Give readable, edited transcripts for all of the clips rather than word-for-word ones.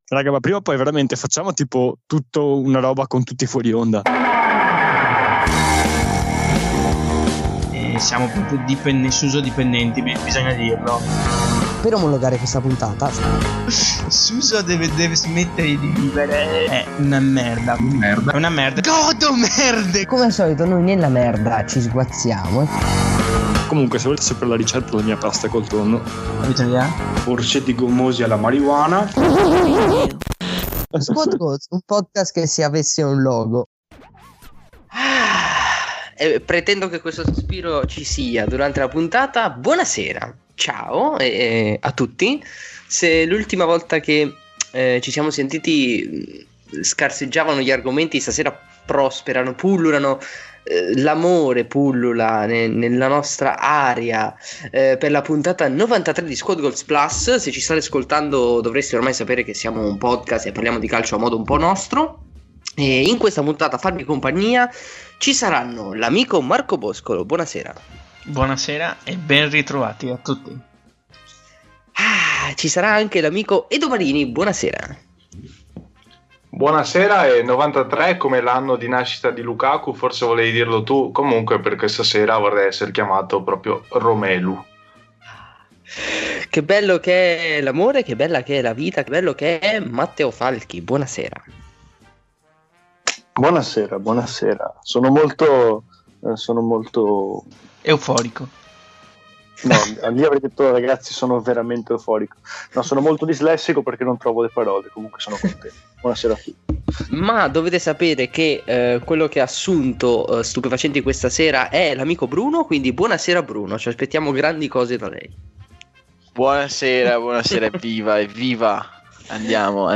Raga, ma prima o poi veramente facciamo tipo tutto una roba con tutti fuori onda. Siamo proprio Suso dipendenti, bisogna dirlo. Per omologare questa puntata Suso deve smettere di vivere. È una merda. È una merda. Godo merde. come al solito noi nella merda ci sguazziamo. Comunque, se volete sapere la ricetta della mia pasta col tonno, Avete un'idea? Orsetti gommosi alla marijuana. Squad Goals, un podcast che se avesse un logo. Pretendo che questo sospiro ci sia durante la puntata. Buonasera, ciao a tutti. Se l'ultima volta che ci siamo sentiti scarseggiavano gli argomenti, stasera prosperano, pullulano. L'amore pullula nella nostra area per la puntata 93 di Squad Goals Plus. Se ci state ascoltando dovreste ormai sapere che siamo un podcast e parliamo di calcio a modo un po' nostro. E in questa puntata a farmi compagnia ci saranno l'amico Marco Boscolo. Buonasera. Buonasera e ben ritrovati a tutti. Ci sarà anche l'amico Edo Marini. Buonasera. Buonasera, e 93 come l'anno di nascita di Lukaku, forse volevi dirlo tu. Comunque per questa sera vorrei essere chiamato proprio Romelu. Che bello che è l'amore, che bella che è la vita, che bello che è Matteo Falchi. Buonasera. Buonasera. Sono molto Euforico. no, lì avrei detto ragazzi, sono veramente euforico. No, sono molto dislessico perché non trovo le parole. Comunque sono contento. Buonasera a tutti. Ma dovete sapere che quello che ha assunto stupefacenti questa sera è l'amico Bruno, quindi buonasera Bruno, ci aspettiamo grandi cose da lei. Buonasera, evviva. Andiamo.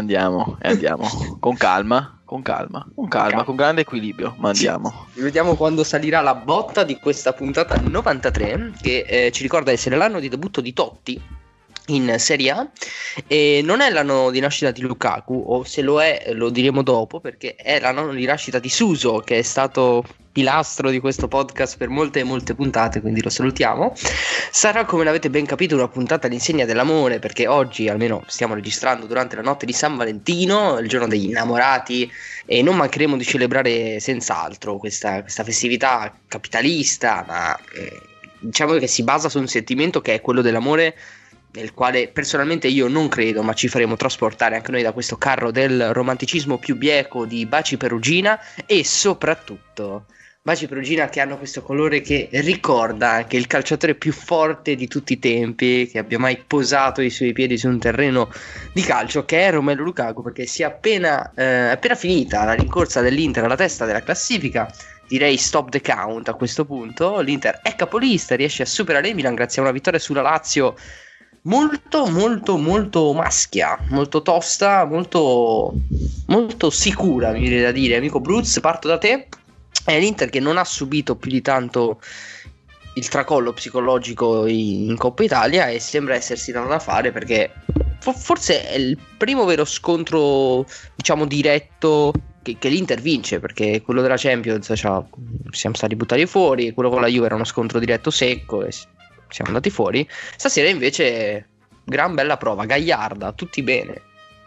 Con calma, con grande equilibrio, ma andiamo. Vediamo quando salirà la botta di questa puntata 93, che ci ricorda essere l'anno di debutto di Totti in Serie A, e non è l'anno di nascita di Lukaku, o se lo è lo diremo dopo, perché è l'anno di nascita di Suso, che è stato pilastro di questo podcast per molte puntate, quindi lo salutiamo. Sarà, come l'avete ben capito, una puntata all'insegna dell'amore, perché oggi almeno stiamo registrando durante la notte di San Valentino, il giorno degli innamorati, e non mancheremo di celebrare senz'altro questa festività capitalista, ma diciamo che si basa su un sentimento che è quello dell'amore, nel quale personalmente io non credo, ma ci faremo trasportare anche noi da questo carro del romanticismo più bieco di Baci Perugina, e soprattutto Baci Perugina che hanno questo colore che ricorda anche il calciatore più forte di tutti i tempi che abbia mai posato i suoi piedi su un terreno di calcio, che è Romelu Lukaku, perché si è appena finita la rincorsa dell'Inter alla testa della classifica. Direi stop the count a questo punto. L'Inter è capolista, riesce a superare il Milan grazie a una vittoria sulla Lazio molto maschia, molto tosta, molto sicura, mi viene da dire. Amico Bruz, parto da te. È l'Inter che non ha subito più di tanto il tracollo psicologico in Coppa Italia, e sembra essersi dato da fare, perché forse è il primo vero scontro, diciamo, diretto che l'Inter vince, perché quello della Champions siamo stati buttati fuori, quello con la Juve era uno scontro diretto secco e siamo andati fuori. Stasera invece gran bella prova, gagliarda, tutti bene.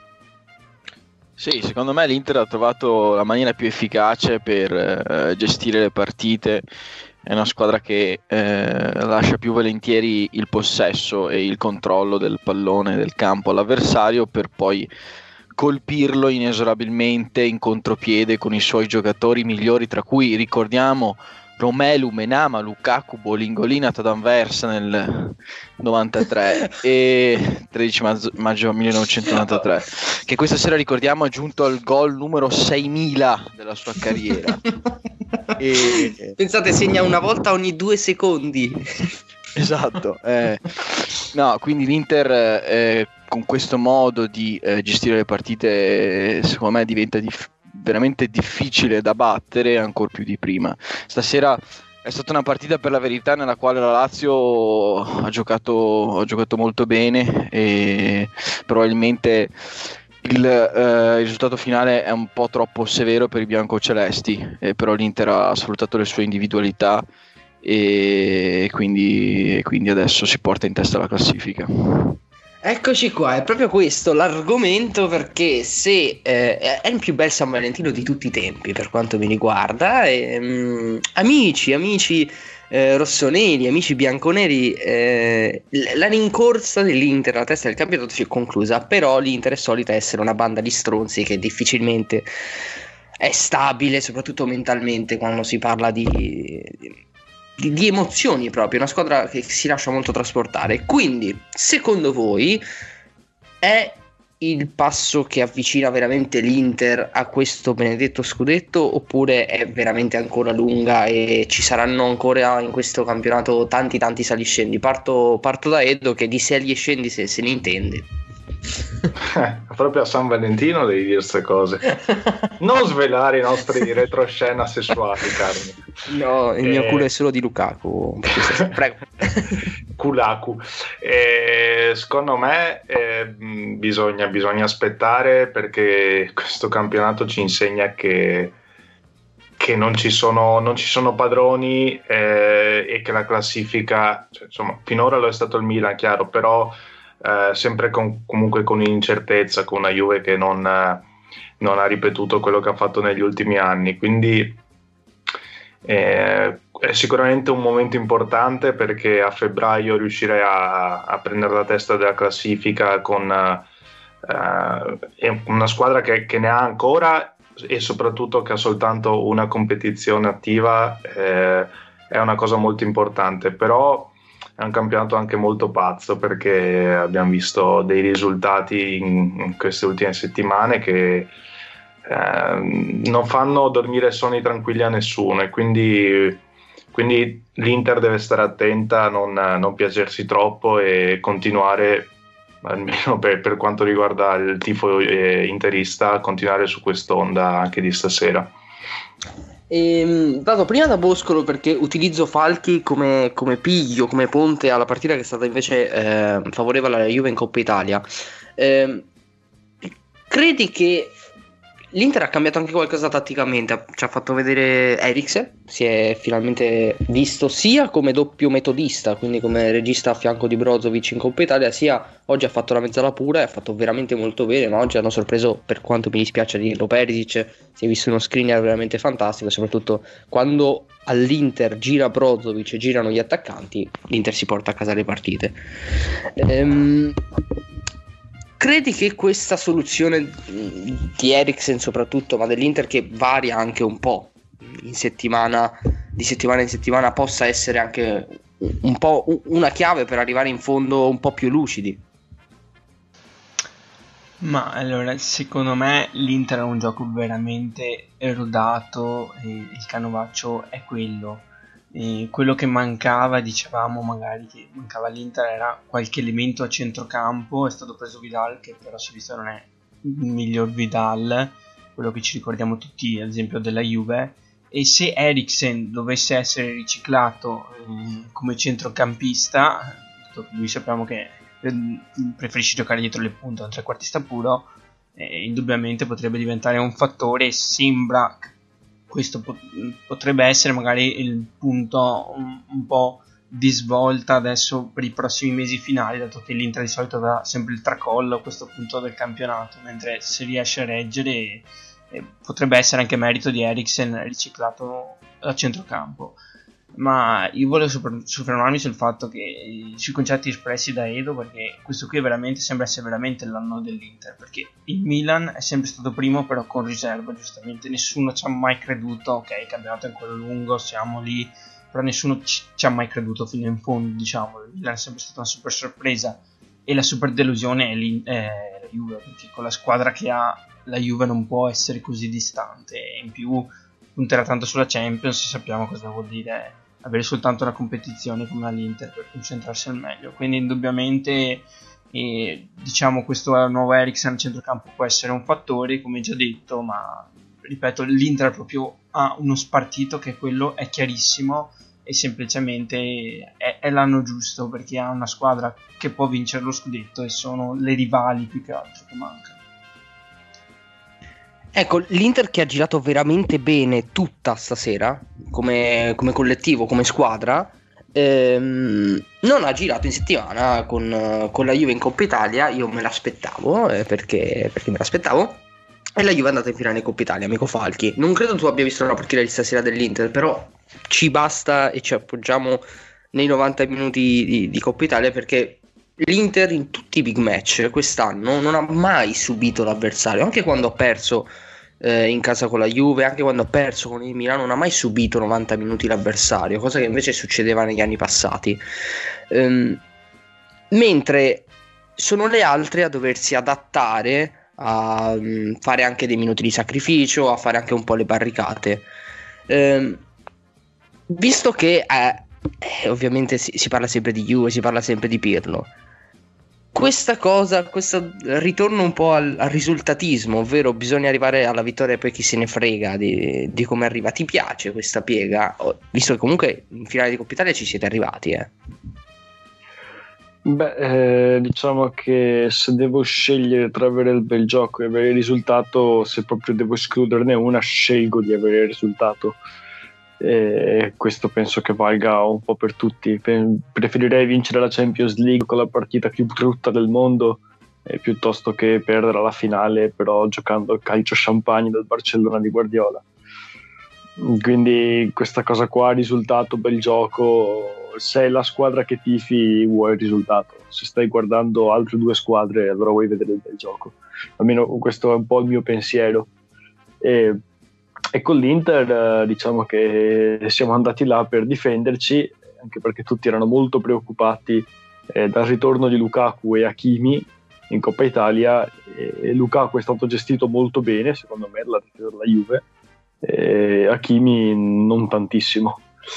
Sì, secondo me l'Inter ha trovato la maniera più efficace per gestire le partite. È una squadra che lascia più volentieri il possesso e il controllo del pallone del campo all'avversario, per poi colpirlo inesorabilmente in contropiede con i suoi giocatori migliori, tra cui ricordiamo Romelu, Menama, Lukaku, Bolingolina, Tadanversa nel 93 e 13 maggio 1993, che questa sera ricordiamo ha giunto al gol numero 6000 della sua carriera. Pensate, segna una volta ogni 2 secondi. Esatto. No, quindi l'Inter con questo modo di gestire le partite secondo me diventa veramente difficile da battere, ancor più di prima. Stasera è stata una partita, per la verità, nella quale la Lazio ha giocato molto bene, e probabilmente il risultato finale è un po' troppo severo per i biancocelesti, però l'Inter ha sfruttato le sue individualità e quindi adesso si porta in testa la classifica. Eccoci qua, è proprio questo l'argomento, perché se è il più bel San Valentino di tutti i tempi per quanto mi riguarda, amici rossoneri, amici bianconeri, la rincorsa dell'Inter alla testa del campionato si è conclusa, però l'Inter è solita essere una banda di stronzi che difficilmente è stabile, soprattutto mentalmente, quando si parla di emozioni proprio, una squadra che si lascia molto trasportare. Quindi, secondo voi, è il passo che avvicina veramente l'Inter a questo benedetto scudetto, oppure è veramente ancora lunga e ci saranno ancora in questo campionato tanti saliscendi? Parto da Edo, che di sali e scendi se ne intende. Proprio a San Valentino devi dire queste cose. Non svelare i nostri retroscena sessuali, Carmi. No, il mio culo è solo di Lukaku. Prego. Kulaku. Secondo me bisogna aspettare, perché questo campionato ci insegna che non ci sono padroni, e che la classifica, cioè, insomma, finora lo è stato il Milan, chiaro, però sempre comunque con incertezza, con una Juve che non ha ripetuto quello che ha fatto negli ultimi anni, quindi è sicuramente un momento importante, perché a febbraio riuscire a prendere la testa della classifica con una squadra che ne ha ancora, e soprattutto che ha soltanto una competizione attiva, è una cosa molto importante. Però è un campionato anche molto pazzo, perché abbiamo visto dei risultati in queste ultime settimane che non fanno dormire sonni tranquilli a nessuno, e quindi l'Inter deve stare attenta a non piacersi troppo e continuare, almeno per quanto riguarda il tifo interista, a continuare su quest'onda anche di stasera. Vado prima da Boscolo, perché utilizzo Falchi come piglio, come ponte alla partita che è stata invece favorevole alla Juve in Coppa Italia. Credi che l'Inter ha cambiato anche qualcosa tatticamente? Ci ha fatto vedere Eriksen, si è finalmente visto sia come doppio metodista, quindi come regista a fianco di Brozovic in Coppa Italia, sia oggi ha fatto la mezzala pura e ha fatto veramente molto bene, ma oggi hanno sorpreso, per quanto mi dispiace dirlo, Perisic. Si è visto uno screener veramente fantastico, soprattutto quando all'Inter gira Brozovic e girano gli attaccanti, l'Inter si porta a casa le partite. Credi che questa soluzione di Eriksen soprattutto, ma dell'Inter, che varia anche un po' di settimana in settimana, possa essere anche un po' una chiave per arrivare in fondo un po' più lucidi? Ma allora, secondo me l'Inter ha un gioco veramente erodato e il canovaccio è quello. E quello che mancava, dicevamo magari che mancava all'Inter, era qualche elemento a centrocampo. È stato preso Vidal, che però si è visto non è il miglior Vidal, quello che ci ricordiamo tutti ad esempio della Juve. E se Eriksen dovesse essere riciclato come centrocampista, lui sappiamo che preferisce giocare dietro le punte, un trequartista puro, indubbiamente potrebbe diventare un fattore. Sembra questo potrebbe essere magari il punto un po' di svolta adesso per i prossimi mesi finali, dato che l'Inter di solito dà sempre il tracollo a questo punto del campionato, mentre se riesce a reggere potrebbe essere anche merito di Eriksen riciclato a centrocampo. Ma io volevo soffermarmi sul fatto che sui concetti espressi da Edo, perché questo qui veramente sembra essere veramente l'anno dell'Inter, perché il Milan è sempre stato primo però con riserva, giustamente nessuno ci ha mai creduto. Ok, il campionato è ancora lungo, siamo lì, però nessuno ci ha mai creduto fino in fondo, diciamo. Il Milan è sempre stata una super sorpresa e la super delusione è la Juve, perché con la squadra che ha la Juve non può essere così distante, e in più punterà tanto sulla Champions, sappiamo cosa vuol dire avere soltanto una competizione come l'Inter per concentrarsi al meglio. Quindi indubbiamente diciamo questo nuovo Eriksen al centrocampo può essere un fattore, come già detto, ma ripeto, l'Inter proprio ha uno spartito che quello è chiarissimo, e semplicemente è l'anno giusto, perché ha una squadra che può vincere lo scudetto e sono le rivali più che altro che mancano. Ecco, l'Inter che ha girato veramente bene tutta stasera, come collettivo, come squadra, non ha girato in settimana con la Juve in Coppa Italia. Io me l'aspettavo, perché me l'aspettavo, e la Juve è andata in finale in Coppa Italia, amico Falchi. Non credo tu abbia visto la partita di stasera dell'Inter, però ci basta e ci appoggiamo nei 90 minuti di Coppa Italia, perché l'Inter in tutti i big match quest'anno non ha mai subito l'avversario, anche quando ha perso in casa con la Juve, anche quando ha perso con il Milano, non ha mai subito 90 minuti l'avversario, cosa che invece succedeva negli anni passati, mentre sono le altre a doversi adattare, a fare anche dei minuti di sacrificio, a fare anche un po' le barricate, visto che ovviamente si parla sempre di Juve, si parla sempre di Pirlo. Questa cosa, questo ritorno un po' al risultatismo, ovvero bisogna arrivare alla vittoria e poi chi se ne frega di come arriva. Ti piace questa piega? Visto che comunque in finale di Coppa Italia ci siete arrivati, diciamo che se devo scegliere tra avere il bel gioco e avere il risultato, se proprio devo escluderne una, scelgo di avere il risultato. E questo penso che valga un po' per tutti. Preferirei vincere la Champions League con la partita più brutta del mondo piuttosto che perdere la finale però giocando al calcio champagne del Barcellona di Guardiola. Quindi questa cosa qua, risultato, bel gioco, se è la squadra che tifi vuoi il risultato, se stai guardando altre due squadre allora vuoi vedere il bel gioco. Almeno questo è un po' il mio pensiero. E con l'Inter diciamo che siamo andati là per difenderci, anche perché tutti erano molto preoccupati dal ritorno di Lukaku e Hakimi in Coppa Italia, e Lukaku è stato gestito molto bene secondo me dalla difesa della Juve, e Hakimi non tantissimo.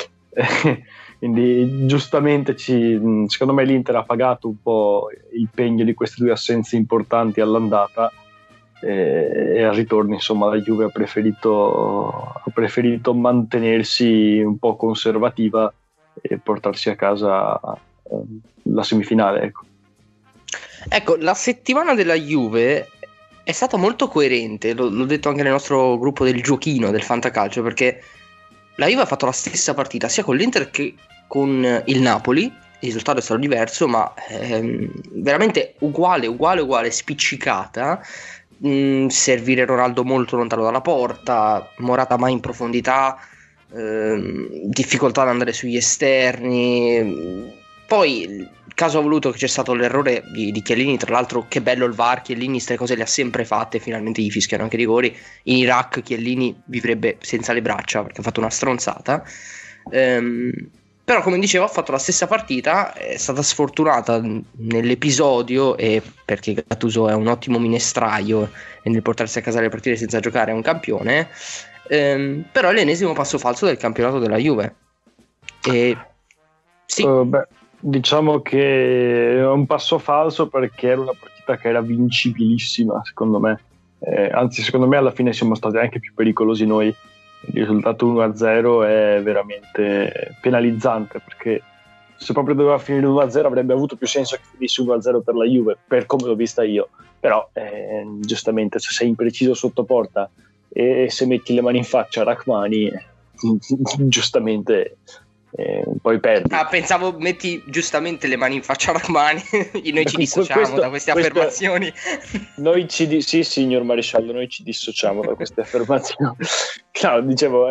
Quindi giustamente secondo me l'Inter ha pagato un po' il pegno di queste due assenze importanti all'andata, e al ritorno insomma la Juve ha preferito mantenersi un po' conservativa e portarsi a casa la semifinale, ecco. La settimana della Juve è stata molto coerente, l'ho detto anche nel nostro gruppo del giochino del Fantacalcio, perché la Juve ha fatto la stessa partita sia con l'Inter che con il Napoli. Il risultato è stato diverso, ma veramente uguale, spiccicata. Servire Ronaldo molto lontano dalla porta, Morata mai in profondità, difficoltà ad andare sugli esterni. Poi il caso ha voluto che c'è stato l'errore di Chiellini, tra l'altro che bello il VAR, Chiellini queste cose le ha sempre fatte, finalmente gli fischiano anche rigori. In Iraq Chiellini vivrebbe senza le braccia perché ha fatto una stronzata, però come dicevo ha fatto la stessa partita, è stata sfortunata nell'episodio, e perché Gattuso è un ottimo minestraio e nel portarsi a casa le partite senza giocare è un campione, però è l'ennesimo passo falso del campionato della Juve. E sì, diciamo che è un passo falso perché era una partita che era vincibilissima secondo me, anzi secondo me alla fine siamo stati anche più pericolosi noi. Il risultato 1-0 è veramente penalizzante, perché se proprio doveva finire 1-0 avrebbe avuto più senso che finisse 1-0 per la Juve, per come l'ho vista io, però giustamente se sei impreciso sotto porta e se metti le mani in faccia a Rachmani giustamente poi perdi. Pensavo metti giustamente le mani in faccia a Rachmani. Noi ci dissociamo da queste affermazioni. Sì, signor Maresciallo, noi ci dissociamo da queste affermazioni. No, dicevo,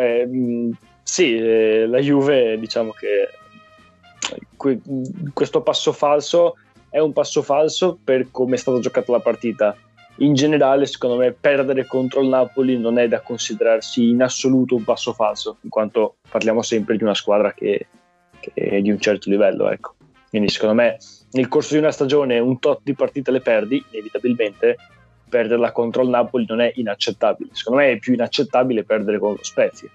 la Juve, diciamo che questo passo falso è un passo falso per come è stata giocata la partita. In generale, secondo me, perdere contro il Napoli non è da considerarsi in assoluto un passo falso, in quanto parliamo sempre di una squadra che è di un certo livello, ecco. Quindi, secondo me, nel corso di una stagione un tot di partite le perdi, inevitabilmente. Perderla contro il Napoli non è inaccettabile. Secondo me è più inaccettabile perdere con lo Spezia.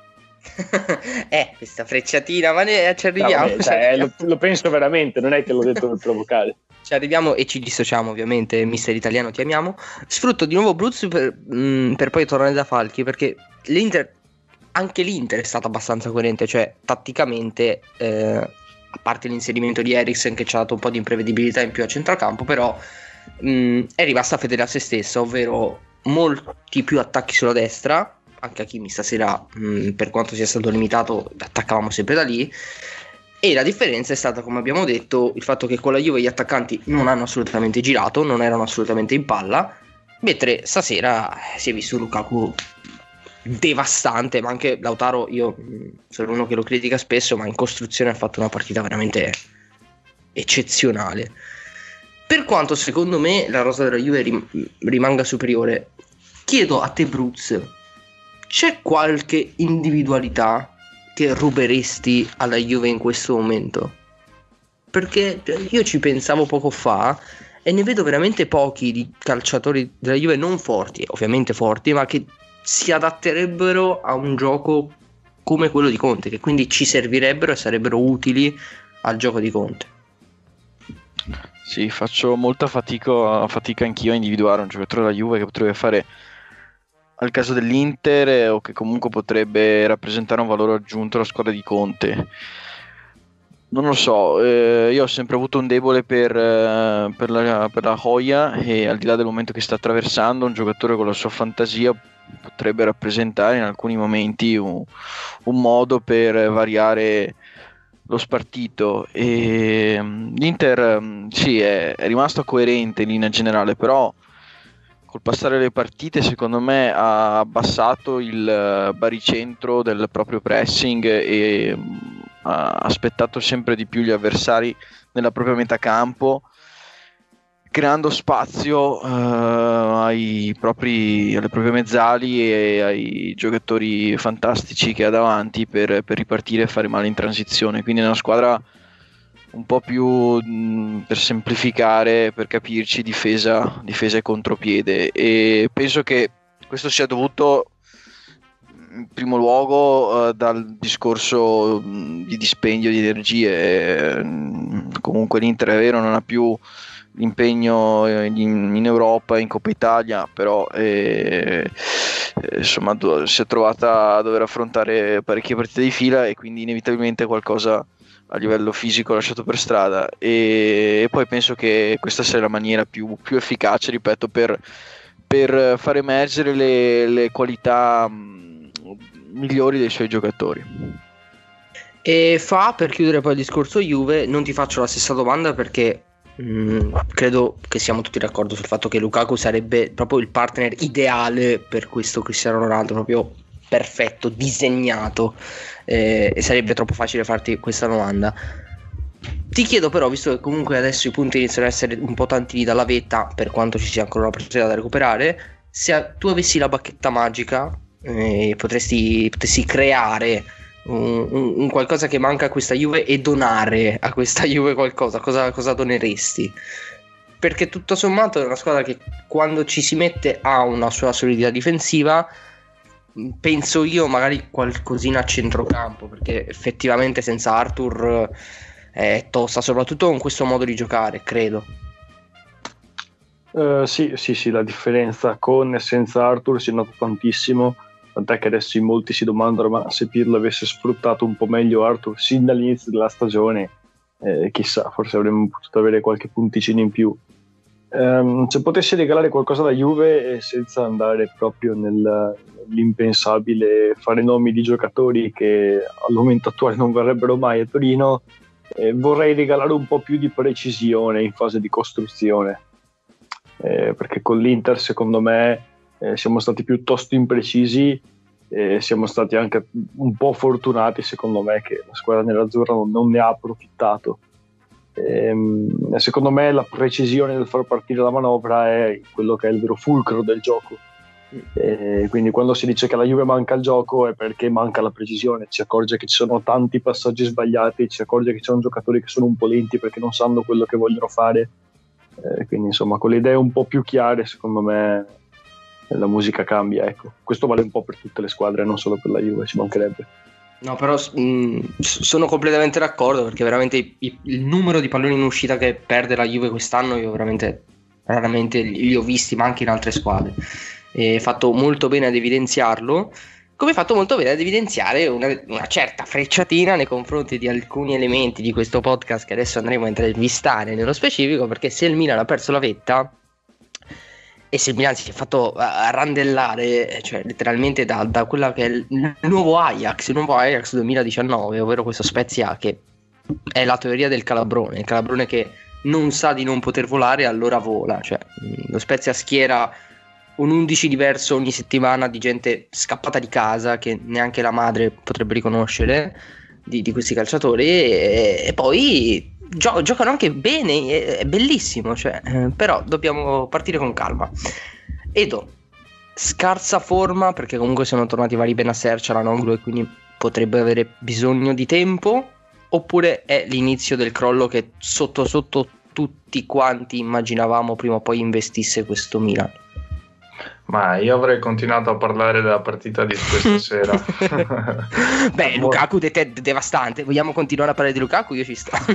Questa frecciatina, ma ci arriviamo. Lo penso veramente, non è che l'ho detto per provocare. Ci arriviamo e ci dissociamo, ovviamente, mister italiano ti amiamo. Sfrutto di nuovo Bruz per poi tornare da Falchi, perché anche l'Inter è stata abbastanza coerente, cioè tatticamente, a parte l'inserimento di Eriksen che ci ha dato un po' di imprevedibilità in più a centrocampo, però è rimasta fedele a se stessa, ovvero molti più attacchi sulla destra. Anche Hakimi stasera, per quanto sia stato limitato, attaccavamo sempre da lì. E la differenza è stata, come abbiamo detto, il fatto che con la Juve gli attaccanti non hanno assolutamente girato, non erano assolutamente in palla, mentre stasera si è visto Lukaku devastante, ma anche Lautaro, io sono uno che lo critica spesso, ma in costruzione ha fatto una partita veramente eccezionale. Per quanto secondo me la rosa della Juve rimanga superiore, chiedo a te Bruz, c'è qualche individualità che ruberesti alla Juve in questo momento? Perché io ci pensavo poco fa e ne vedo veramente pochi di calciatori della Juve non forti, ovviamente forti, ma che si adatterebbero a un gioco come quello di Conte, che quindi ci servirebbero e sarebbero utili al gioco di Conte. Sì, faccio molta fatica anch'io a individuare un giocatore della Juve che potrebbe fare al caso dell'Inter o che comunque potrebbe rappresentare un valore aggiunto alla squadra di Conte. Non lo so, io ho sempre avuto un debole per la Joya, e al di là del momento che sta attraversando, un giocatore con la sua fantasia potrebbe rappresentare in alcuni momenti un modo per variare lo spartito. E l'Inter sì, è rimasto coerente in linea generale, però col passare delle partite secondo me ha abbassato il baricentro del proprio pressing e ha aspettato sempre di più gli avversari nella propria metà campo, creando spazio alle proprie mezzali e ai giocatori fantastici che ha davanti per ripartire e fare male in transizione. Quindi è una squadra un po' più, per semplificare, per capirci, difesa e contropiede, e penso che questo sia dovuto in primo luogo dal discorso di dispendio di energie. Comunque l'Inter è vero, non ha più l'impegno in Europa, in Coppa Italia, però insomma si è trovata a dover affrontare parecchie partite di fila, e quindi inevitabilmente qualcosa a livello fisico lasciato per strada, e poi penso che questa sia la maniera più efficace, ripeto, per far emergere le qualità migliori dei suoi giocatori. E per chiudere poi il discorso Juve, non ti faccio la stessa domanda perché credo che siamo tutti d'accordo sul fatto che Lukaku sarebbe proprio il partner ideale per questo Cristiano Ronaldo, proprio perfetto, disegnato, e sarebbe troppo facile farti questa domanda. Ti chiedo però, visto che comunque adesso i punti iniziano ad essere un po' tantini dalla vetta, per quanto ci sia ancora una partita da recuperare, se tu avessi la bacchetta magica, potresti creare un qualcosa che manca a questa Juve e donare a questa Juve qualcosa, cosa doneresti? Perché tutto sommato è una squadra che quando ci si mette ha una sua solidità difensiva, penso io magari qualcosina a centrocampo, perché effettivamente senza Arthur è tosta, soprattutto con questo modo di giocare, credo. Sì, la differenza con e senza Arthur si nota tantissimo, tant'è che adesso in molti si domandano ma se Pirlo avesse sfruttato un po' meglio Arthur sin dall'inizio della stagione, chissà, forse avremmo potuto avere qualche punticino in più. Se potessi regalare qualcosa alla Juve, senza andare proprio nell'impensabile, fare nomi di giocatori che al momento attuale non verrebbero mai a Torino, vorrei regalare un po' più di precisione in fase di costruzione, perché con l'Inter secondo me siamo stati piuttosto imprecisi, siamo stati anche un po' fortunati secondo me che la squadra nerazzurra non ne ha approfittato. Secondo me la precisione del far partire la manovra è quello che è il vero fulcro del gioco, quindi quando si dice che alla Juve manca il gioco è perché manca la precisione, ci accorge che ci sono tanti passaggi sbagliati, ci accorge che ci sono giocatori che sono un po' lenti perché non sanno quello che vogliono fare, quindi insomma con le idee un po' più chiare secondo me la musica cambia, ecco. Questo vale un po' per tutte le squadre, non solo per la Juve, ci mancherebbe. No, però sono completamente d'accordo, perché veramente il numero di palloni in uscita che perde la Juve quest'anno io veramente raramente li ho visti, ma anche in altre squadre. E fatto molto bene ad evidenziarlo, come hai fatto molto bene ad evidenziare una certa frecciatina nei confronti di alcuni elementi di questo podcast che adesso andremo a intervistare nello specifico, perché se il Milan ha perso la vetta e se il Milan si è fatto randellare, cioè letteralmente da quella che è il nuovo Ajax 2019, ovvero questo Spezia che è la teoria del calabrone, il calabrone che non sa di non poter volare, allora vola. Cioè, lo Spezia schiera un 11 diverso ogni settimana di gente scappata di casa che neanche la madre potrebbe riconoscere di questi calciatori, e poi giocano anche bene, è bellissimo, cioè, però dobbiamo partire con calma. Edo, scarsa forma perché comunque sono tornati vari Benasser, Çalhanoğlu, e quindi potrebbe avere bisogno di tempo, oppure è l'inizio del crollo che sotto sotto tutti quanti immaginavamo prima o poi investisse questo Milan? Ma io avrei continuato a parlare della partita di questa sera. Beh, Lukaku devastante. Vogliamo continuare a parlare di Lukaku? Io ci sto.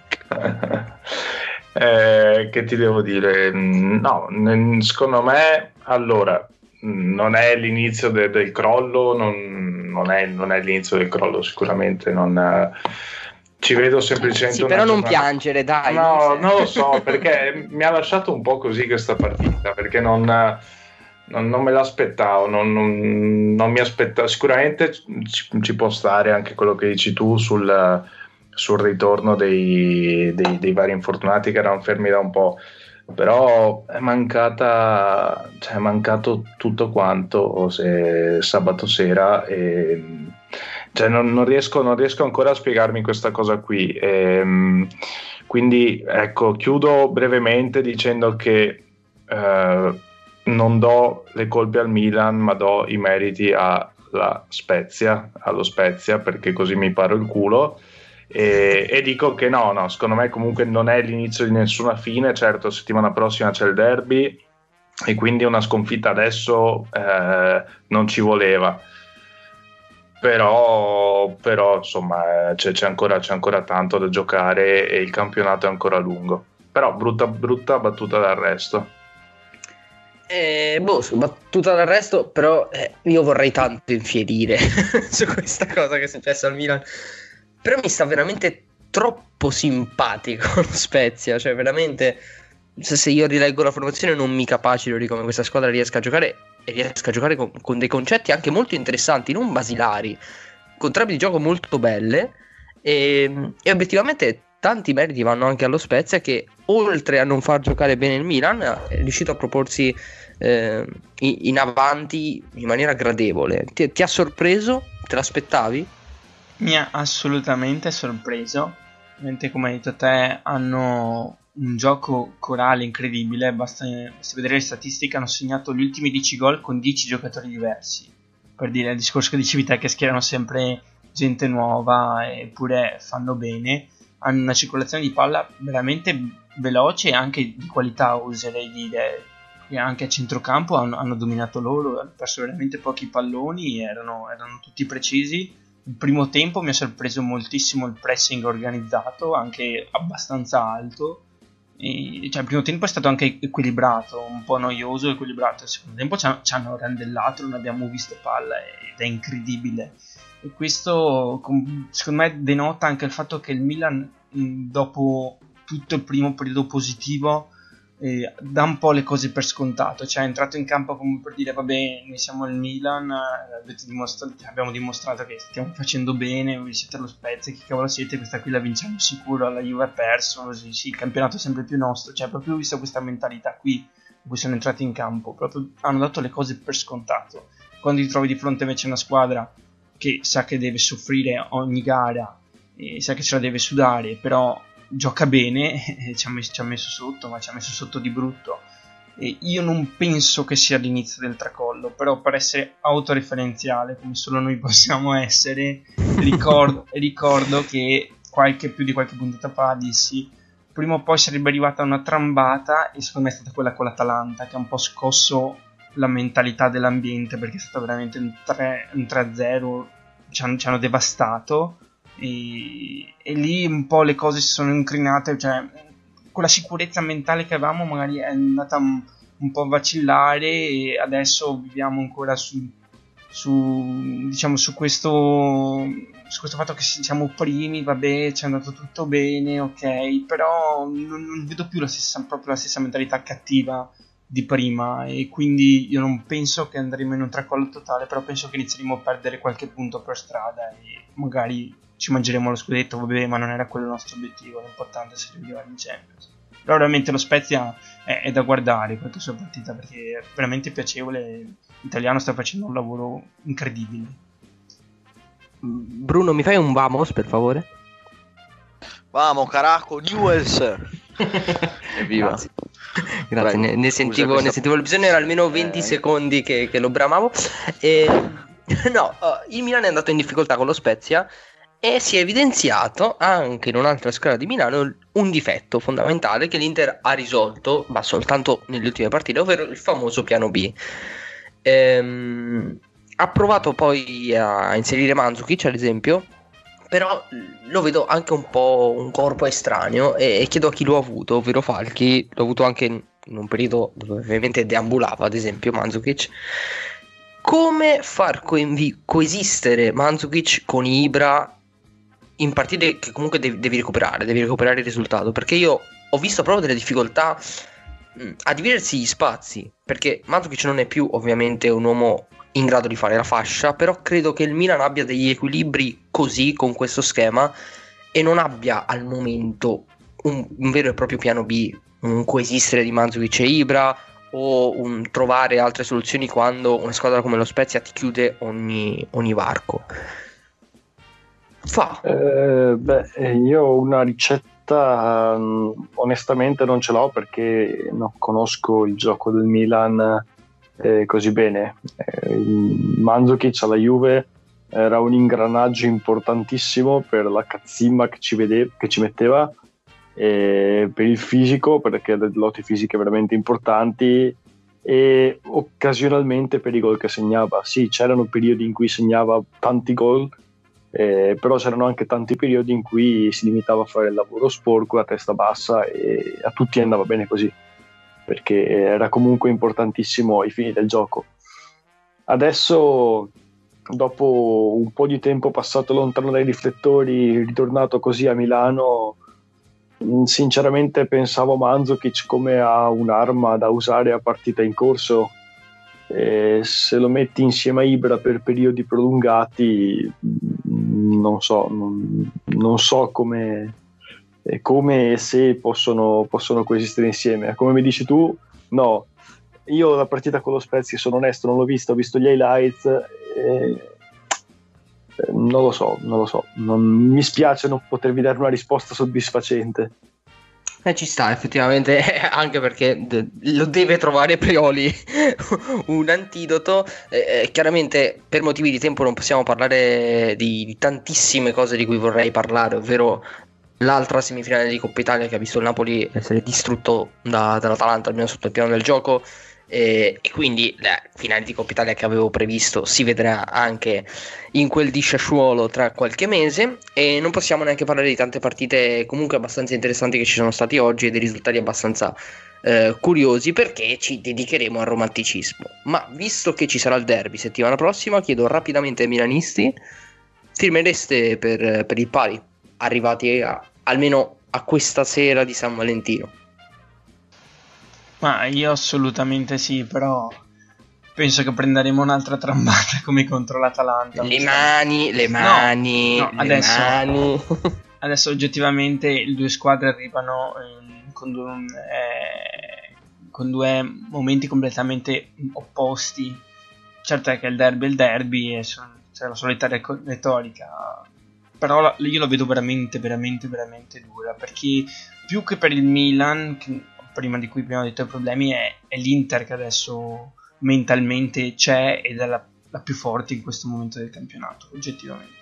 Che ti devo dire? No, secondo me, allora, non è l'inizio del crollo, non è l'inizio del crollo sicuramente, ci vedo semplicemente sì, però non piangere, dai. No, non lo so, perché mi ha lasciato un po' così questa partita, perché non me l'aspettavo, non mi aspettavo. Sicuramente ci può stare anche quello che dici tu sul ritorno dei vari infortunati che erano fermi da un po', però è mancato tutto quanto sabato sera, e cioè non riesco ancora a spiegarmi questa cosa qui, quindi ecco, chiudo brevemente dicendo che non do le colpe al Milan, ma do i meriti allo Spezia, perché così mi paro il culo, e dico che no, secondo me comunque non è l'inizio di nessuna fine. Certo, settimana prossima c'è il derby e quindi una sconfitta adesso non ci voleva, però insomma c'è ancora tanto da giocare e il campionato è ancora lungo, però brutta battuta d'arresto. Battuta d'arresto, però io vorrei tanto infierire su questa cosa che è successa al Milan, però mi sta veramente troppo simpatico lo Spezia, cioè veramente, se io rileggo la formazione non mi capacito di come questa squadra riesca a giocare, e riesca a giocare con dei concetti anche molto interessanti, non basilari, con trabi di gioco molto belle, e obiettivamente tanti meriti vanno anche allo Spezia, che oltre a non far giocare bene il Milan è riuscito a proporsi in avanti in maniera gradevole. Ti ha sorpreso? Te l'aspettavi? Mi ha assolutamente sorpreso. Ovviamente, come hai detto te, hanno un gioco corale incredibile. Basta vedere le statistiche. Hanno segnato gli ultimi 10 gol con 10 giocatori diversi. Per dire il discorso che dicevi te, che schierano sempre gente nuova eppure fanno bene. Hanno una circolazione di palla veramente veloce e anche di qualità, oserei dire. E anche a centrocampo hanno dominato loro, hanno perso veramente pochi palloni, erano tutti precisi. Il primo tempo mi ha sorpreso moltissimo il pressing organizzato, anche abbastanza alto. Cioè, il primo tempo è stato anche equilibrato, un po' noioso, equilibrato. Il secondo tempo ci hanno randellato, non abbiamo visto palla ed è incredibile. E questo secondo me denota anche il fatto che il Milan, dopo tutto il primo periodo positivo, dà un po' le cose per scontato, cioè è entrato in campo come per dire vabbè, noi siamo il Milan, abbiamo dimostrato che stiamo facendo bene, voi siete lo Spezia, chi cavolo siete, questa qui la vinciamo sicuro, la Juve ha perso, sì, il campionato è sempre più nostro, cioè proprio visto questa mentalità qui in cui sono entrati in campo, proprio hanno dato le cose per scontato. Quando ti trovi di fronte invece a una squadra che sa che deve soffrire ogni gara e sa che ce la deve sudare, però gioca bene, ci ha messo sotto, ma ci ha messo sotto di brutto. E io non penso che sia l'inizio del tracollo, però per essere autoreferenziale come solo noi possiamo essere, ricordo che più di qualche puntata fa dissi prima o poi sarebbe arrivata una trambata, e secondo me è stata quella con l'Atalanta che ha un po' scosso la mentalità dell'ambiente, perché è stato veramente un 3-0, ci hanno devastato. E lì un po' le cose si sono incrinate, cioè quella sicurezza mentale che avevamo magari è andata un po' a vacillare, e adesso viviamo ancora su questo fatto che siamo primi, vabbè, ci è andato tutto bene, ok, però non vedo più proprio la stessa mentalità cattiva di prima, e quindi io non penso che andremo in un tracollo totale, però penso che inizieremo a perdere qualche punto per strada e magari ci mangeremo lo scudetto, vabbè, ma non era quello il nostro obiettivo, l'importante è essere arrivati in Champions. Però veramente lo Spezia è da guardare questa sua partita, perché è veramente piacevole, l'italiano sta facendo un lavoro incredibile. Bruno, mi fai un vamos per favore? Vamo caraco, Newells. Evviva. Grazie, ne sentivo il bisogno, era almeno 20 secondi che lo bramavo. Il Milan è andato in difficoltà con lo Spezia e si è evidenziato anche in un'altra squadra di Milano un difetto fondamentale che l'Inter ha risolto, ma soltanto nelle ultime partite, ovvero il famoso piano B. Ha provato poi a inserire Mandzukic, ad esempio, però lo vedo anche un po' un corpo estraneo e chiedo a chi lo ha avuto, ovvero Falchi. L'ho avuto anche in un periodo dove ovviamente deambulava, ad esempio, Mandzukic. Come far coesistere Mandzukic con Ibra in partite che comunque devi recuperare il risultato? Perché io ho visto proprio delle difficoltà a dividersi gli spazi, perché Mandzukic non è più ovviamente un uomo in grado di fare la fascia, però credo che il Milan abbia degli equilibri così con questo schema e non abbia al momento un vero e proprio piano B, un coesistere di Mandzukic e Ibra o un trovare altre soluzioni quando una squadra come lo Spezia ti chiude ogni varco. Io una ricetta onestamente non ce l'ho, perché non conosco il gioco del Milan così bene. Mandzukic alla Juve era un ingranaggio importantissimo per la cazzimma che ci metteva, per il fisico, perché ha delle lotte fisiche veramente importanti, e occasionalmente per i gol che segnava. Sì, c'erano periodi in cui segnava tanti gol, però c'erano anche tanti periodi in cui si limitava a fare il lavoro sporco a testa bassa, e a tutti andava bene così, perché era comunque importantissimo ai fini del gioco. Adesso, dopo un po' di tempo passato lontano dai riflettori, ritornato così a Milano, sinceramente pensavo Mandzukic come a un'arma da usare a partita in corso. Se lo metti insieme a Ibra per periodi prolungati, non so come e se possono coesistere insieme. Come mi dici tu, no. Io la partita con lo Spezia, sono onesto, non l'ho vista, ho visto gli highlights, non lo so, non mi spiace non potervi dare una risposta soddisfacente. Ci sta effettivamente, anche perché lo deve trovare Prioli un antidoto. Chiaramente per motivi di tempo non possiamo parlare di tantissime cose di cui vorrei parlare, ovvero l'altra semifinale di Coppa Italia che ha visto il Napoli essere distrutto dall'Atalanta, almeno sotto il piano del gioco, e quindi la finale di Coppa Italia che avevo previsto si vedrà anche in quel di Sassuolo tra qualche mese. E non possiamo neanche parlare di tante partite comunque abbastanza interessanti che ci sono stati oggi e dei risultati abbastanza curiosi, perché ci dedicheremo al romanticismo. Ma visto che ci sarà il derby settimana prossima, chiedo rapidamente ai milanisti: firmereste per il pari arrivati almeno a questa sera di San Valentino? Ma io assolutamente sì, però penso che prenderemo un'altra trambata come contro l'Atalanta. Le mani. Adesso oggettivamente le due squadre arrivano con due momenti completamente opposti. Certo è che il derby è il derby e c'è la solitaria retorica, però io la vedo veramente dura, perché più che per il Milan, prima di cui abbiamo detto i problemi, è l'Inter che adesso mentalmente c'è ed è la più forte in questo momento del campionato, oggettivamente.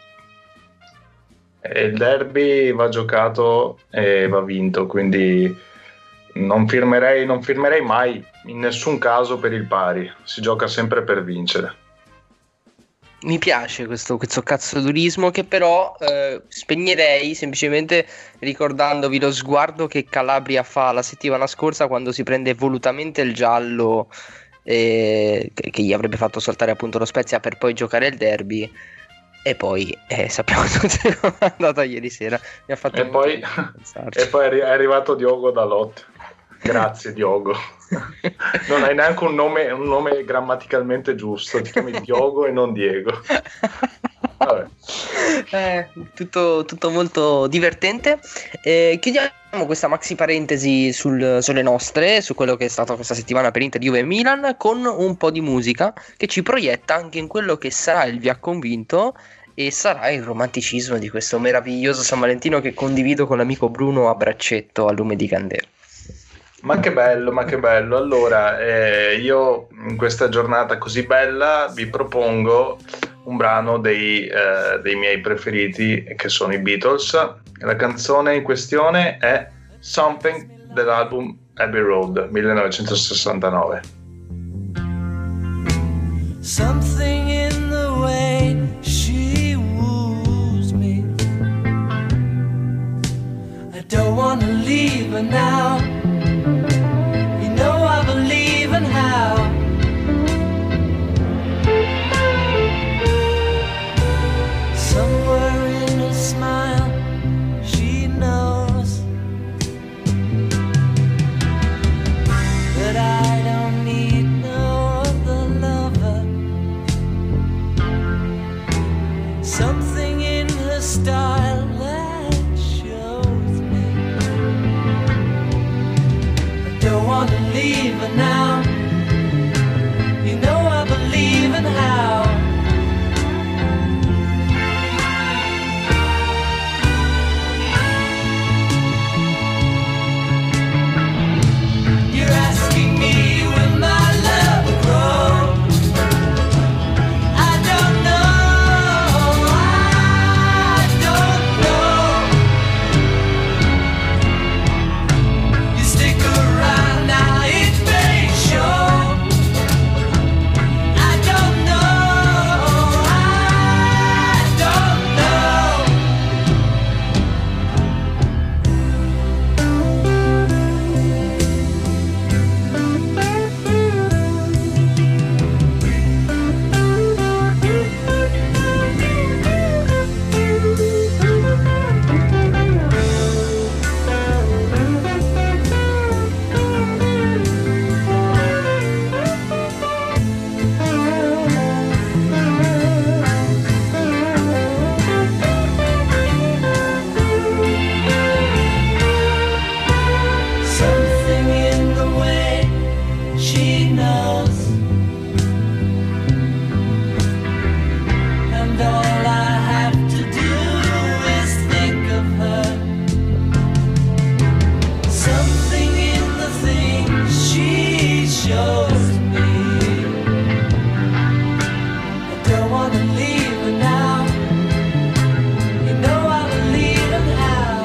Il derby va giocato e va vinto, quindi non firmerei mai in nessun caso per il pari, si gioca sempre per vincere. Mi piace questo cazzodurismo, che però spegnerei semplicemente ricordandovi lo sguardo che Calabria fa la settimana scorsa quando si prende volutamente il giallo che gli avrebbe fatto saltare appunto lo Spezia per poi giocare il derby, e poi sappiamo tutti come è andata ieri sera. Mi ha fatto e poi è arrivato Diogo Dalot. Grazie Diogo. Non hai neanche un nome grammaticalmente giusto, ti chiami Diogo e non Diego. Vabbè. Tutto molto divertente. Chiudiamo questa maxi parentesi sulle nostre, su quello che è stato questa settimana per Inter, Juve e Milan, con un po' di musica che ci proietta anche in quello che sarà il Vi ha convinto e sarà il romanticismo di questo meraviglioso San Valentino che condivido con l'amico Bruno a braccetto a lume di candela. Ma che bello, ma che bello. Allora, io in questa giornata così bella vi propongo un brano dei miei preferiti, che sono i Beatles. La canzone in questione è Something dell'album Abbey Road 1969. Something in the way she woos me, I don't want to leave her now. You know I believe in how somewhere in a smile she knows that I don't need no other lover. Something in her style that shows me I don't want to leave her now. You know I believe in how you're asking me when my love will grow. I don't know, I don't know. You stick around now, it may show. I don't know, I don't know. Something in the way she knows, and all I have to do is think of her. Something in the things she shows me. I don't want to leave her now. You know I believe in how.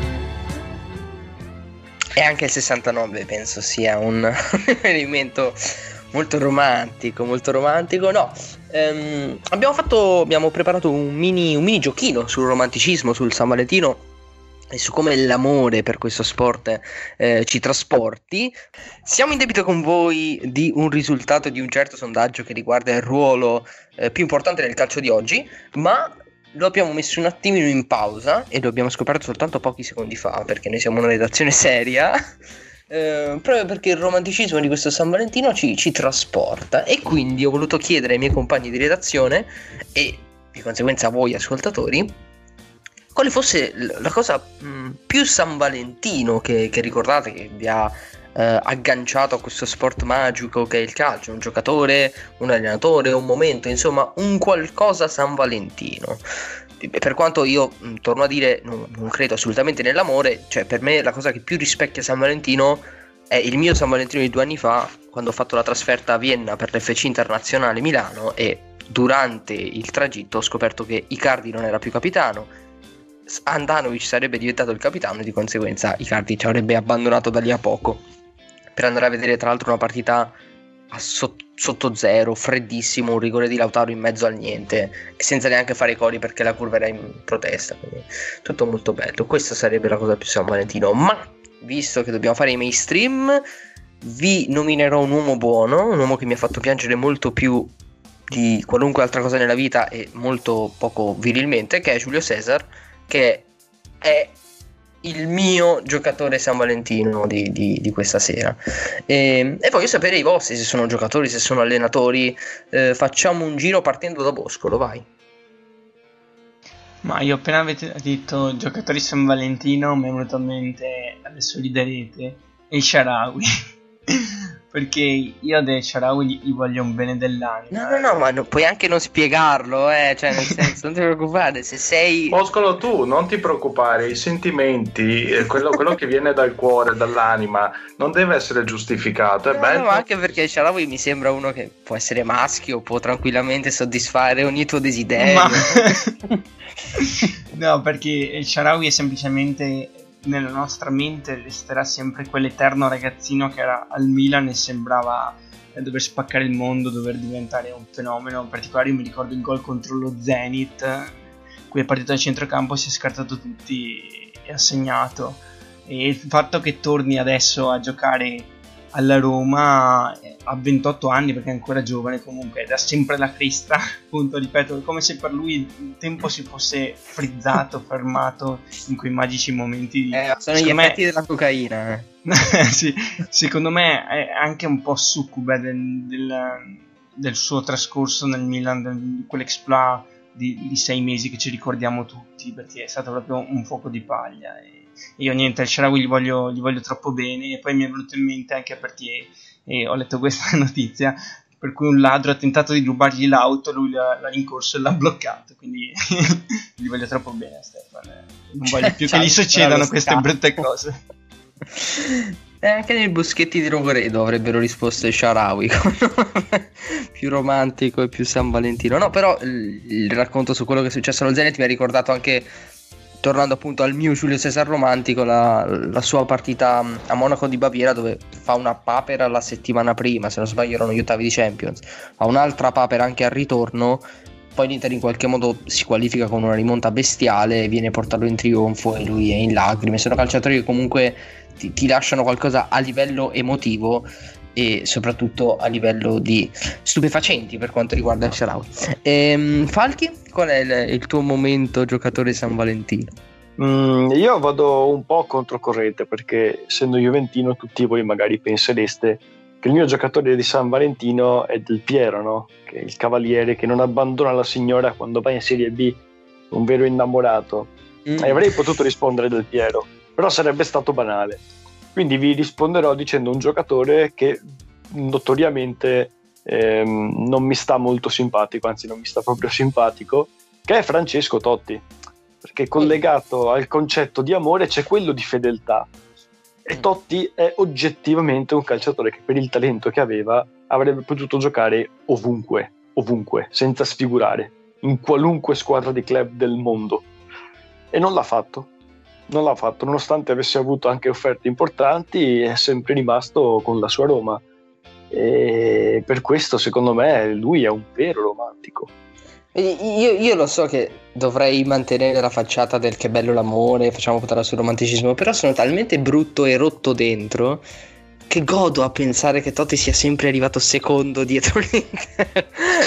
E anche il 69 penso sia un riferimento molto romantico, no. Abbiamo preparato un mini giochino sul romanticismo, sul San Valentino e su come l'amore per questo sport ci trasporti. Siamo in debito con voi di un risultato di un certo sondaggio che riguarda il ruolo più importante del calcio di oggi, ma lo abbiamo messo un attimino in pausa e lo abbiamo scoperto soltanto pochi secondi fa, perché noi siamo una redazione seria, proprio perché il romanticismo di questo San Valentino ci trasporta, e quindi ho voluto chiedere ai miei compagni di redazione e di conseguenza a voi ascoltatori quale fosse la cosa più San Valentino che ricordate, che vi ha agganciato a questo sport magico che è il calcio, un giocatore, un allenatore, un momento, insomma un qualcosa San Valentino. Per quanto io torno a dire non credo assolutamente nell'amore, cioè per me la cosa che più rispecchia San Valentino è il mio San Valentino di 2 anni fa, quando ho fatto la trasferta a Vienna per l'FC Internazionale Milano e durante il tragitto ho scoperto che Icardi non era più capitano, Andanovic sarebbe diventato il capitano e di conseguenza Icardi ci avrebbe abbandonato da lì a poco per andare a vedere tra l'altro una partita sotto zero, freddissimo, un rigore di Lautaro in mezzo al niente senza neanche fare i cori perché la curva era in protesta, quindi tutto molto bello. Questa sarebbe la cosa più San Valentino, ma visto che dobbiamo fare i mainstream vi nominerò un uomo buono, un uomo che mi ha fatto piangere molto più di qualunque altra cosa nella vita e molto poco virilmente, che è Giulio Cesar, che è il mio giocatore San Valentino di questa sera, e voglio sapere i vostri, se sono giocatori, se sono allenatori. Facciamo un giro partendo da Boscolo, vai. Ma io appena avete detto giocatori San Valentino mi è venuto in mente, adesso riderete, il Shaarawy. Perché io del Shaarawy gli voglio un bene dell'anima. No, ma puoi anche non spiegarlo, cioè nel senso, non ti preoccupare, se sei... Boscolo, tu non ti preoccupare, i sentimenti, quello che viene dal cuore, dall'anima, non deve essere giustificato, è bello. No, anche perché Shaarawy mi sembra uno che può essere maschio, può tranquillamente soddisfare ogni tuo desiderio. No, perché il Shaarawy è semplicemente... nella nostra mente resterà sempre quell'eterno ragazzino che era al Milan e sembrava dover spaccare il mondo, dover diventare un fenomeno. In particolare io mi ricordo il gol contro lo Zenit, cui è partito dal centrocampo, si è scartato tutti e ha segnato. E il fatto che torni adesso a giocare alla Roma a 28 anni, perché è ancora giovane comunque, ed ha sempre la cresta, appunto, ripeto, è come se per lui il tempo si fosse frizzato, fermato in quei magici momenti. Sono gli effetti della cocaina. Sì, secondo me è anche un po' succube del suo trascorso nel Milan, di quell'exploit di 6 mesi che ci ricordiamo tutti, perché è stato proprio un fuoco di paglia. E io niente, al Shaarawy gli voglio troppo bene. E poi mi è venuto in mente anche perché ho letto questa notizia per cui un ladro ha tentato di rubargli l'auto, lui l'ha rincorso e l'ha bloccato, quindi gli voglio troppo bene a Stefan, non voglio più che gli succedano queste brutte cose. Anche nei Boschetti di Roveredo avrebbero risposto il Shaarawy più romantico e più San Valentino. No, però il racconto su quello che è successo allo Zenit mi ha ricordato anche, tornando appunto al mio Giulio Cesar romantico, la sua partita a Monaco di Baviera, dove fa una papera la settimana prima, se non sbaglio erano gli ottavi di Champions, fa un'altra papera anche al ritorno, poi l'Inter in qualche modo si qualifica con una rimonta bestiale, viene portato in trionfo e lui è in lacrime. Sono calciatori che comunque ti lasciano qualcosa a livello emotivo e soprattutto a livello di stupefacenti per quanto riguarda il Shaarawy. Falchi, qual è il tuo momento giocatore San Valentino? Io vado un po' controcorrente, perché essendo juventino tutti voi magari pensereste che il mio giocatore di San Valentino è Del Piero, no? Che è il cavaliere che non abbandona la signora quando va in Serie B, un vero innamorato. E avrei potuto rispondere Del Piero, però sarebbe stato banale. Quindi vi risponderò dicendo un giocatore che notoriamente non mi sta molto simpatico, anzi non mi sta proprio simpatico, che è Francesco Totti, perché collegato al concetto di amore c'è quello di fedeltà, e Totti è oggettivamente un calciatore che per il talento che aveva avrebbe potuto giocare ovunque, senza sfigurare, in qualunque squadra di club del mondo, e non l'ha fatto, nonostante avesse avuto anche offerte importanti, è sempre rimasto con la sua Roma, e per questo secondo me lui è un vero romantico. Io lo so che dovrei mantenere la facciata del che bello l'amore, facciamo puntare sul romanticismo, però sono talmente brutto e rotto dentro che godo a pensare che Totti sia sempre arrivato secondo dietro l'Inter.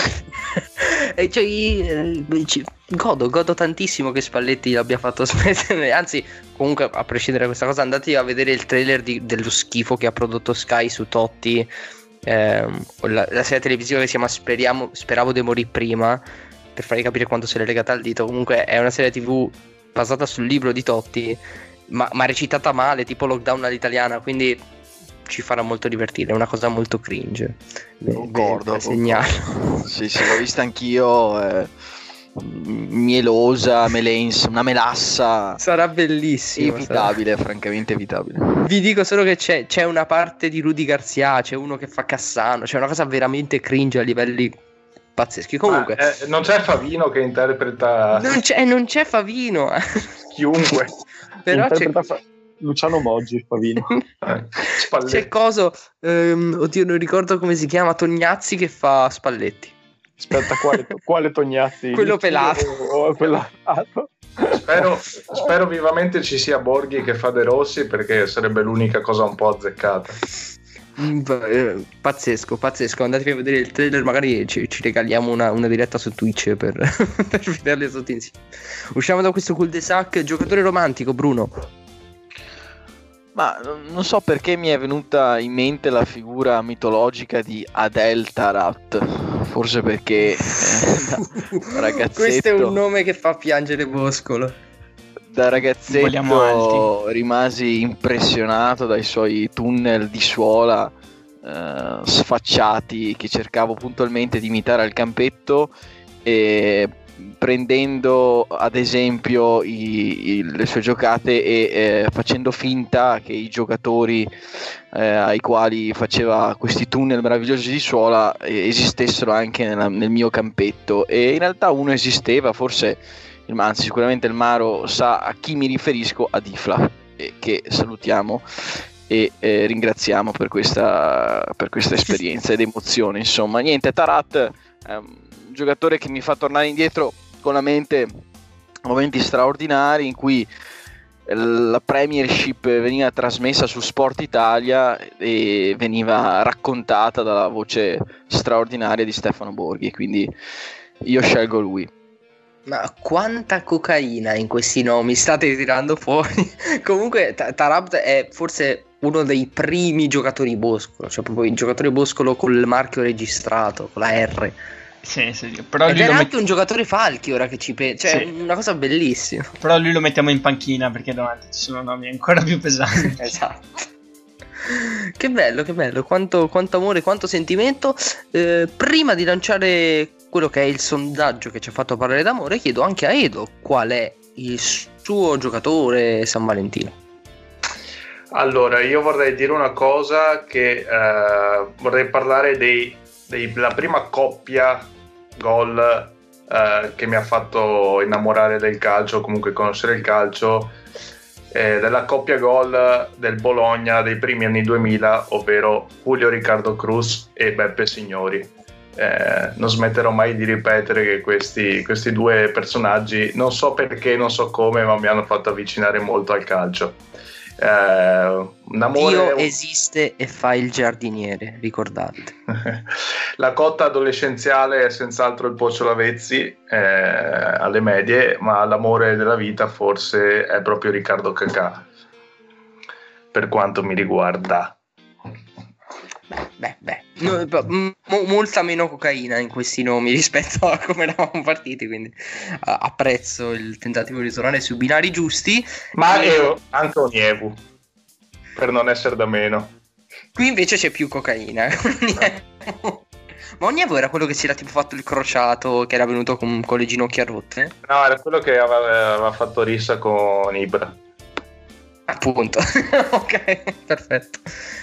E cioè, godo tantissimo che Spalletti l'abbia fatto smettere. Anzi, comunque, a prescindere da questa cosa, andate a vedere il trailer dello schifo che ha prodotto Sky su Totti, la serie televisiva che si chiama Speravo de morì prima, per farvi capire quanto se l'è legata al dito. Comunque è una serie TV basata sul libro di Totti, ma recitata male, tipo Lockdown all'italiana, quindi ci farà molto divertire, è una cosa molto cringe. Concordo. Segnalo. Sì, l'ho vista anch'io, mielosa, una melassa. Sarà bellissimo. Evitabile, francamente evitabile. Vi dico solo che c'è una parte di Rudy Garcia, c'è uno che fa Cassano, c'è una cosa veramente cringe a livelli pazzeschi. Comunque non c'è Favino che interpreta, non c'è Favino. Chiunque Però c'è Luciano Moggi, Favino. c'è coso, oddio non ricordo come si chiama, Tognazzi che fa Spalletti. Aspetta, quale Tognazzi? Quello pelato. Spero vivamente ci sia Borghi che fa De Rossi, perché sarebbe l'unica cosa un po' azzeccata. Pazzesco, andatevi a vedere il trailer, magari ci regaliamo una diretta su Twitch per vederle tutti insieme. Usciamo da questo cul-de-sac. Giocatore romantico, Bruno. Ma non so perché mi è venuta in mente la figura mitologica di Adel Taarabt, forse perché da ragazzetto, questo è un nome che fa piangere Boscolo. Da Vogliamo ragazzetto rimasi impressionato dai suoi tunnel di suola sfacciati che cercavo puntualmente di imitare al campetto, e prendendo ad esempio le sue giocate e facendo finta che i giocatori ai quali faceva questi tunnel meravigliosi di suola esistessero anche nel mio campetto. E in realtà uno esisteva, forse anzi sicuramente il Maro sa a chi mi riferisco, a Difla, che salutiamo e ringraziamo per questa esperienza ed emozione. Insomma, niente, Taarabt è un giocatore che mi fa tornare indietro con la mente momenti straordinari in cui la Premiership veniva trasmessa su Sport Italia e veniva raccontata dalla voce straordinaria di Stefano Borghi, quindi io scelgo lui. Ma quanta cocaina in questi nomi state tirando fuori? Comunque Taarabt è forse uno dei primi giocatori Boscolo, cioè proprio il giocatore Boscolo col marchio registrato, con la R. Sì, però ed era anche un giocatore Falchi, ora che ci penso, cioè sì, una cosa bellissima. Però lui lo mettiamo in panchina perché davanti ci sono nomi ancora più pesanti. Esatto. Che bello, quanto amore, quanto sentimento. Prima di lanciare quello che è il sondaggio che ci ha fatto parlare d'amore, chiedo anche a Edo qual è il suo giocatore San Valentino. Allora, io vorrei dire una cosa, che vorrei parlare della prima coppia gol che mi ha fatto innamorare del calcio, comunque conoscere il calcio, della coppia gol del Bologna dei primi anni 2000, ovvero Julio Ricardo Cruz e Beppe Signori. Non smetterò mai di ripetere che questi due personaggi, non so perché, non so come, ma mi hanno fatto avvicinare molto al calcio. Dio esiste e fa il giardiniere, ricordate. La cotta adolescenziale è senz'altro il Pocio Lavezzi alle medie, ma l'amore della vita forse è proprio Riccardo Cacà, per quanto mi riguarda. Molta meno cocaina in questi nomi rispetto a come eravamo partiti, quindi apprezzo il tentativo di tornare sui binari giusti. Ma anche Onievu, per non essere da meno. Qui invece c'è più cocaina. Ma Onievu era quello che si era tipo fatto il crociato, che era venuto con le ginocchia rotte? No, era quello che aveva fatto rissa con Ibra. Appunto. Ok, perfetto.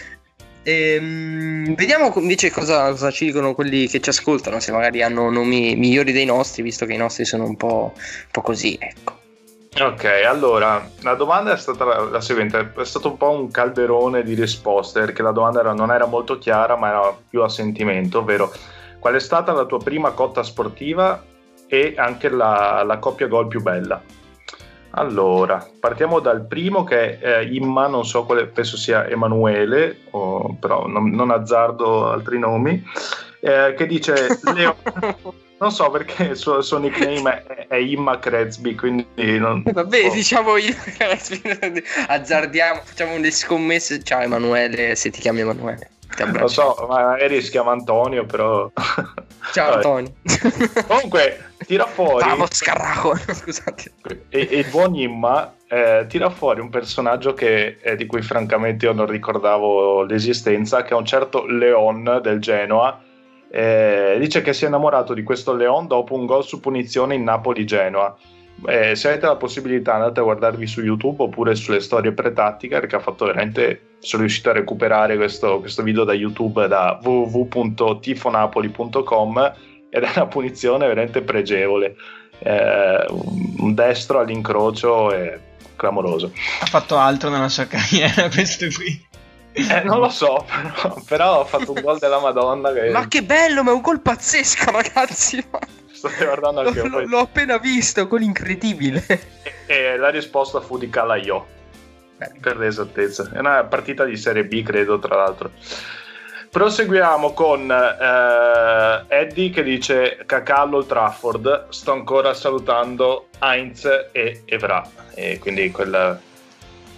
Vediamo invece cosa ci dicono quelli che ci ascoltano, se magari hanno nomi migliori dei nostri, visto che i nostri sono un po' così, ecco. Ok, allora la domanda è stata la seguente, è stato un po' un calderone di risposte, perché la domanda non era molto chiara, ma era più a sentimento, ovvero qual è stata la tua prima cotta sportiva e anche la coppia gol più bella. Allora, partiamo dal primo, che è Imma, non so quale, penso sia Emanuele, però non azzardo altri nomi, che dice Leo, non so perché il suo nickname è Imma Crezby, quindi non... Vabbè, diciamo io azzardiamo, facciamo delle scommesse. Ciao Emanuele, se ti chiami Emanuele. Lo so, ma magari si chiama Antonio, però... Ciao Antonio. Comunque, tira fuori... Bravo Scarraco, scusate. E il buon Imma tira fuori un personaggio di cui francamente io non ricordavo l'esistenza, che è un certo Leon del Genoa. Dice che si è innamorato di questo Leon dopo un gol su punizione in Napoli-Genoa. Se avete la possibilità, andate a guardarvi su YouTube oppure sulle storie pre-tattica, perché ha fatto veramente... Sono riuscito a recuperare questo video da YouTube, da www.tifonapoli.com, ed è una punizione veramente pregevole, un destro all'incrocio è clamoroso. Ha fatto altro nella sua carriera questo qui? Non lo so, però ha fatto un gol della Madonna ma che bello, ma è un gol pazzesco, ragazzi. Sto guardando anche l'ho appena visto, gol incredibile. E la risposta fu di Calaiò, per l'esattezza. È una partita di Serie B, credo, tra l'altro. Proseguiamo con Eddie che dice Cacà all'Old Trafford, sto ancora salutando Heinz e Evra, e quindi quel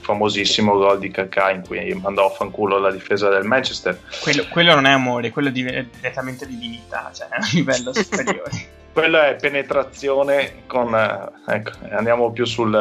famosissimo gol di Kaká in cui mandò a fanculo la difesa del Manchester. Quello non è amore, quello è direttamente divinità, cioè è un livello superiore. Quello è penetrazione con ecco, andiamo più sul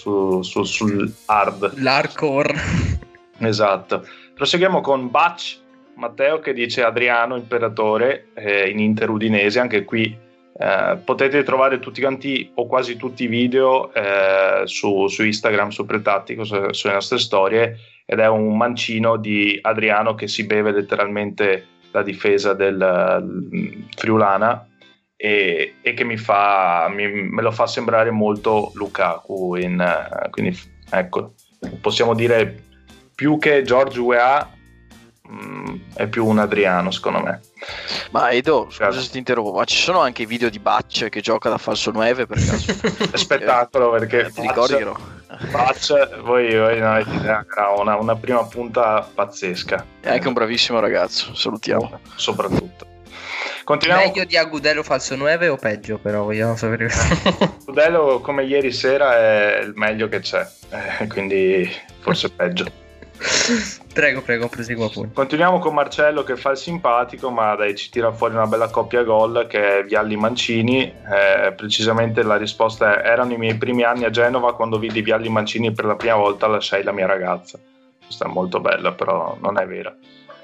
hard, l'hardcore. Esatto. Proseguiamo con Bach Matteo che dice Adriano Imperatore in Inter Udinese. Anche qui potete trovare tutti quanti o quasi tutti i video su Instagram, su Pretattico, sulle nostre storie, ed è un mancino di Adriano che si beve letteralmente la difesa del Friulana e che me lo fa sembrare molto Lukaku quindi ecco, possiamo dire più che George Weah è più un Adriano secondo me. Ma Edo, scusa se ti interrompo, ma ci sono anche i video di Baccia che gioca da falso 9 per caso? È spettacolo perché ti ricordi che no? Baccia, voi non avete idea, era una prima punta pazzesca. È anche un bravissimo ragazzo, salutiamo. Soprattutto. Continuiamo. Meglio di Agudelo falso 9 o peggio, però vogliamo sapere. Agudelo come ieri sera è il meglio che c'è, quindi forse peggio. Prego, prosegua pure. Continuiamo con Marcello che fa il simpatico, ma dai, ci tira fuori una bella coppia gol che è Vialli Mancini. Precisamente la risposta erano i miei primi anni a Genova quando vidi Vialli Mancini per la prima volta, lasciai la mia ragazza. Questa è molto bella, però non è vera.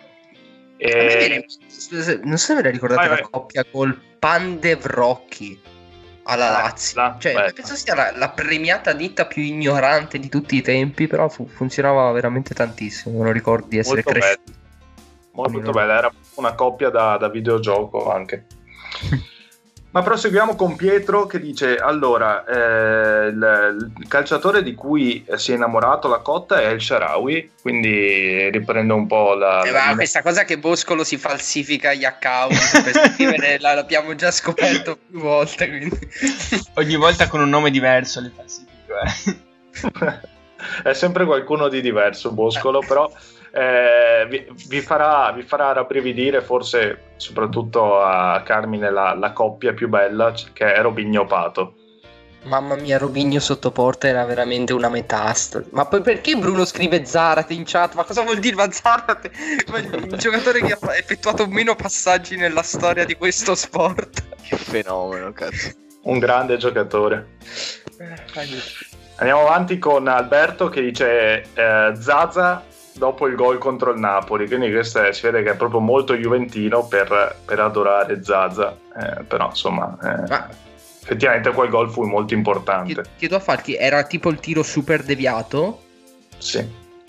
Non so se ve la ricordate, vai. La coppia col Pandev Rocky alla Lazio, cioè penso sia la premiata ditta più ignorante di tutti i tempi, però funzionava veramente tantissimo, me lo ricordo di essere cresciuto molto bella, era una coppia da videogioco anche. Ma proseguiamo con Pietro che dice allora il calciatore di cui si è innamorato la cotta è El Shaarawy, quindi riprende un po' questa cosa che Boscolo si falsifica gli account per scrivere, l'abbiamo già scoperto più volte, quindi. Ogni volta con un nome diverso le falsifico È sempre qualcuno di diverso Boscolo, però vi farà rabbrividire, forse soprattutto a Carmine, la coppia più bella che è Robinho Pato. Mamma mia, Robinho sotto porta era veramente una metastasi. Ma poi perché Bruno scrive Zarate in chat? Ma cosa vuol dire Zarate? Il giocatore che ha effettuato meno passaggi nella storia di questo sport. Che fenomeno, cazzo. Un grande giocatore. Andiamo avanti con Alberto che dice Zaza dopo il gol contro il Napoli, quindi questo si vede che è proprio molto juventino per adorare Zaza, però insomma effettivamente quel gol fu molto importante. Chiedo a Falchi, era tipo il tiro super deviato? Sì.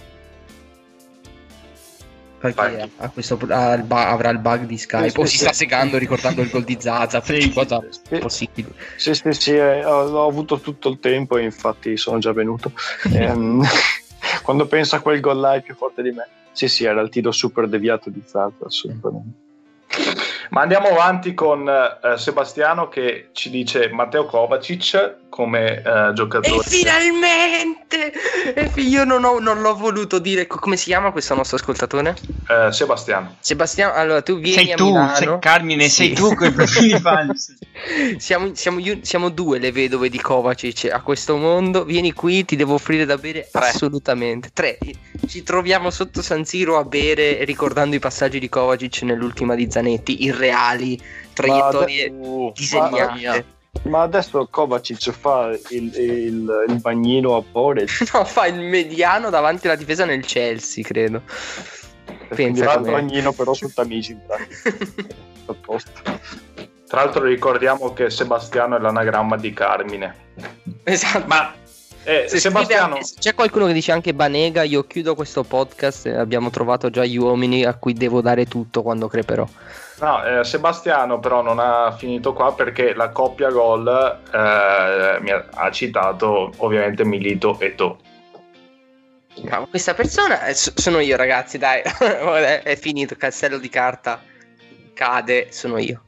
Perché avrà il bug di Skype o si sta segando ricordando il gol di Zaza, cosa possibile. Sì, ho avuto tutto il tempo e infatti sono già venuto. Quando penso a quel gol là è più forte di me. Sì, era il tiro super deviato di Zaza, assolutamente. Ma andiamo avanti con Sebastiano che ci dice Matteo Kovacic come giocatore. E finalmente! Io non l'ho voluto dire. Come si chiama questo nostro ascoltatore? Sebastiano, allora tu vieni sei a tu, Milano. Carmine, sì. sei tu coi profili falsi. Siamo due le vedove di Kovacic a questo mondo. Vieni qui, ti devo offrire da bere. 3. Assolutamente 3. Ci troviamo sotto San Siro a bere ricordando i passaggi di Kovacic nell'ultima di Zanetti, irreali, traiettorie disegnate. Ma adesso Kovacic fa il bagnino a Porec. No, fa il mediano davanti alla difesa nel Chelsea, credo. Pensa fa il bagnino però tutti amici. A posto. Tra l'altro ricordiamo che Sebastiano è l'anagramma di Carmine. Esatto. Ma Sebastiano, se c'è qualcuno che dice anche Banega, io chiudo questo podcast. Abbiamo trovato già gli uomini a cui devo dare tutto quando creperò. No, Sebastiano però non ha finito qua perché la coppia gol ha citato ovviamente Milito e To. No, questa persona sono io, ragazzi, dai. È finito, castello di carta cade, sono io.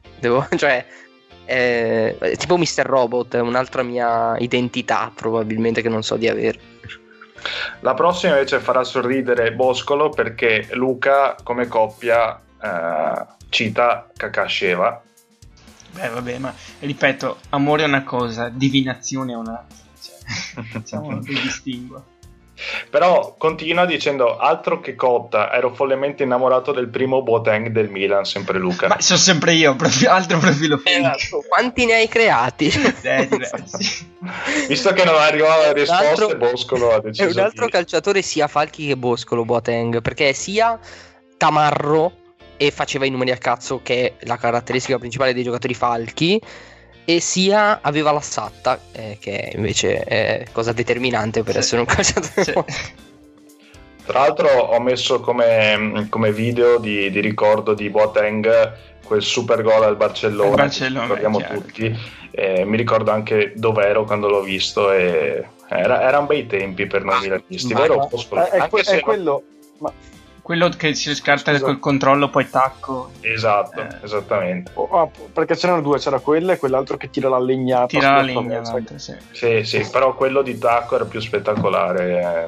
Tipo Mr. Robot, è un'altra mia identità probabilmente che non so di avere. La prossima invece farà sorridere Boscolo perché Luca come coppia cita Kakasheva. Vabbè, ma ripeto, amore è una cosa, divinazione è un'altra, cioè, diciamo che distingua. Però continua dicendo: altro che Cotta, ero follemente innamorato del primo Boateng del Milan, sempre Luca. Ma sono sempre io, altro profilo fake. Quanti ne hai creati? Diversi. Visto che non arrivava la risposta, Boscolo ha deciso È un altro di... calciatore sia Falchi che Boscolo, Boateng, perché sia tamarro e faceva i numeri a cazzo, che è la caratteristica principale dei giocatori falchi, e sia aveva la satta, che invece è cosa determinante per essere un calciatore. Tra l'altro ho messo come video di ricordo di Boateng quel super gol al Barcellona, che ricordiamo tutti. Mi ricordo anche dov'ero quando l'ho visto, e erano bei tempi per noi milanisti, vero? Quello che si scarta col controllo, poi tacco. Esatto, esattamente. Perché c'erano due, c'era quella e quell'altro che tira la legnata. Tira la legna, sì, però quello di tacco era più spettacolare.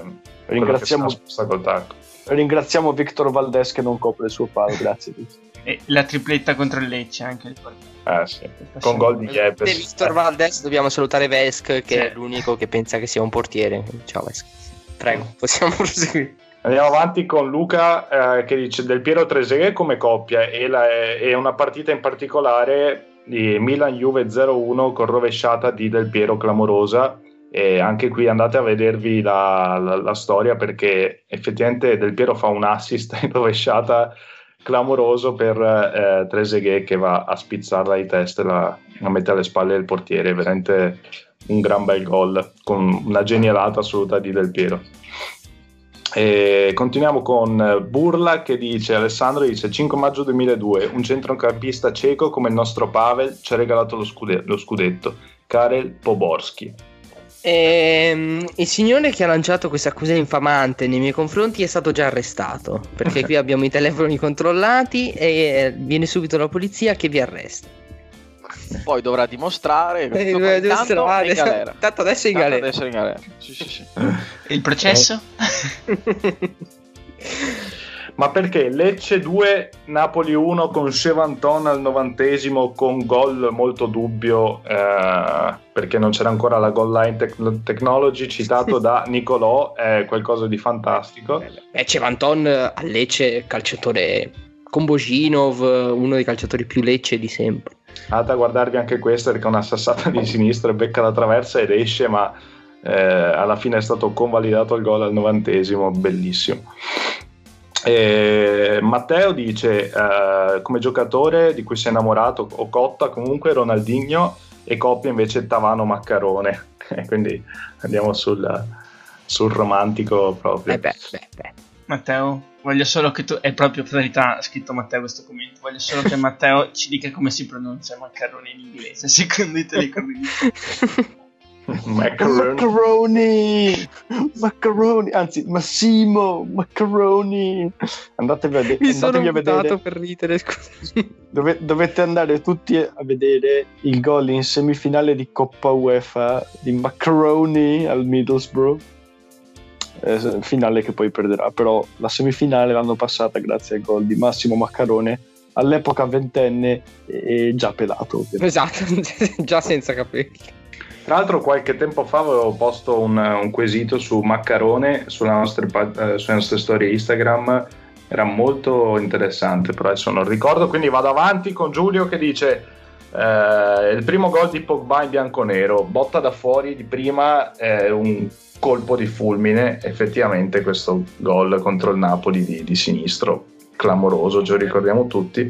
Ringraziamo Victor Valdés che non copre il suo palo, grazie. E la tripletta contro il Lecce anche. Sì. Con gol di Yepes. Victor Valdés, dobbiamo salutare Vesk, che è l'unico che pensa che sia un portiere. Ciao Vesk. Prego, possiamo proseguire. Andiamo avanti con Luca che dice: Del Piero Trezeguet come coppia e una partita in particolare di Milan-Juve 0-1 con rovesciata di Del Piero clamorosa, e anche qui andate a vedervi la storia, perché effettivamente Del Piero fa un assist in rovesciata clamoroso per Trezeguet, che va a spizzarla di testa e la mette alle spalle del portiere. Veramente un gran bel gol con una genialata assoluta di Del Piero. E continuiamo con Burla che dice: Alessandro dice 5 maggio 2002, un centrocampista cieco come il nostro Pavel ci ha regalato lo scudetto, Karel Poborski. Il signore che ha lanciato questa accusa infamante nei miei confronti è stato già arrestato, perché qui abbiamo i telefoni controllati e viene subito la polizia che vi arresta. Poi dovrà dimostrare che tanto adesso è in galera. Sì. E il processo? Ma perché Lecce 2 Napoli 1 con Chevanton al 90esimo con gol molto dubbio, perché non c'era ancora la goal line technology, citato da Nicolò, è qualcosa di fantastico. Chevanton a Lecce, calciatore con Boginov, uno dei calciatori più Lecce di sempre. Andate a guardarvi anche questa, perché è una sassata di sinistra, becca la traversa ed esce, ma alla fine è stato convalidato il gol al 90esimo, bellissimo. Matteo dice come giocatore di cui si è innamorato, o Cotta comunque, Ronaldinho, e coppia invece Tavano Maccarone. Quindi andiamo sul romantico proprio. Beh. Matteo, voglio solo che tu, è proprio verità, ha scritto Matteo questo commento, voglio solo che Matteo ci dica come si pronuncia Maccarone in inglese, secondo i telecomandi. Macaroni, anzi Massimo Macaroni. Andatevi a vedere. Per ridere, scusa. Dovete andare tutti a vedere il gol in semifinale di Coppa UEFA di Macaroni al Middlesbrough, finale che poi perderà, però la semifinale l'hanno passata grazie al gol di Massimo Maccarone, all'epoca ventenne e già pelato, ovviamente. Esatto, già senza capelli. Tra l'altro qualche tempo fa avevo posto un quesito su Maccarone sulle nostre storie Instagram, era molto interessante, però adesso non ricordo, quindi vado avanti con Giulio che dice il primo gol di Pogba in bianconero, botta da fuori di prima, un colpo di fulmine, effettivamente questo gol contro il Napoli di sinistro, clamoroso, ce lo ricordiamo tutti.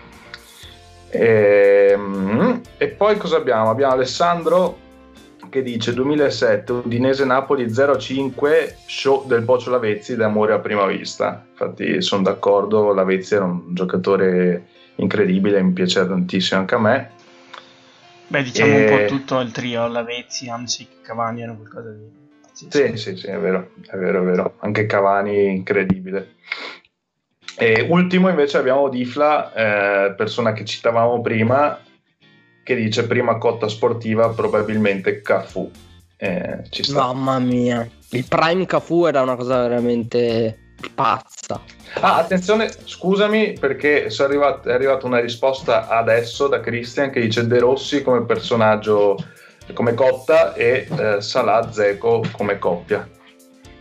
E poi cosa abbiamo? Abbiamo Alessandro che dice 2007 Udinese Napoli 0-5, show del Pocio Lavezzi d'amore a prima vista. Infatti sono d'accordo, Lavezzi era un giocatore incredibile, mi piace tantissimo anche a me. Beh, diciamo un po' tutto il trio, Lavezzi, Hamsik, Cavani era qualcosa di sì, è vero, anche Cavani incredibile. E ultimo invece abbiamo Difla, persona che citavamo prima, che dice prima cotta sportiva probabilmente Cafu. Ci sta. Mamma mia, il prime Cafu era una cosa veramente pazza. Attenzione, scusami, perché è arrivata una risposta adesso da Christian che dice De Rossi come personaggio, come cotta, e Salah Dzeko come coppia.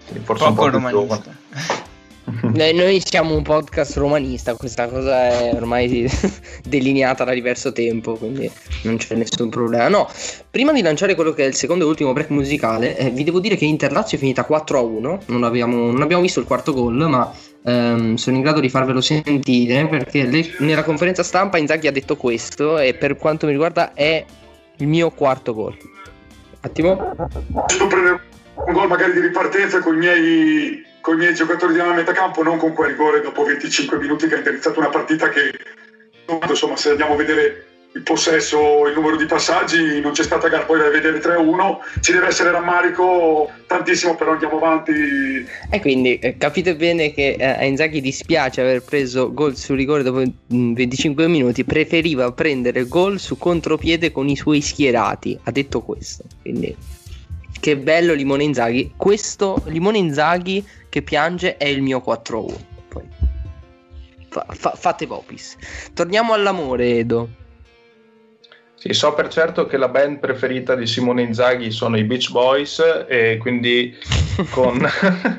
forse un Poco po' più giovane. romanista. Noi siamo un podcast romanista, questa cosa è ormai delineata da diverso tempo, quindi non c'è nessun problema. No, prima di lanciare quello che è il secondo e ultimo break musicale, vi devo dire che Inter-Lazio è finita 4-1, non abbiamo visto il quarto gol, ma sono in grado di farvelo sentire perché nella conferenza stampa Inzaghi ha detto questo e per quanto mi riguarda è il mio quarto gol. Attimo. Devo prendere un gol magari di ripartenza con i miei giocatori di metacampo, non con quel rigore dopo 25 minuti che ha indirizzato una partita che, insomma, se andiamo a vedere il possesso, il numero di passaggi, non c'è stata gara, poi da vedere 3-1, ci deve essere rammarico tantissimo, però andiamo avanti. E quindi capite bene che a Inzaghi dispiace aver preso gol su rigore dopo 25 minuti, preferiva prendere gol su contropiede con i suoi schierati, ha detto questo, quindi che bello Limone Inzaghi, questo Limone Inzaghi che piange è il mio 4-1. Poi fate vopis. Torniamo all'amore, Edo. Sì, so per certo che la band preferita di Simone Inzaghi sono i Beach Boys e quindi con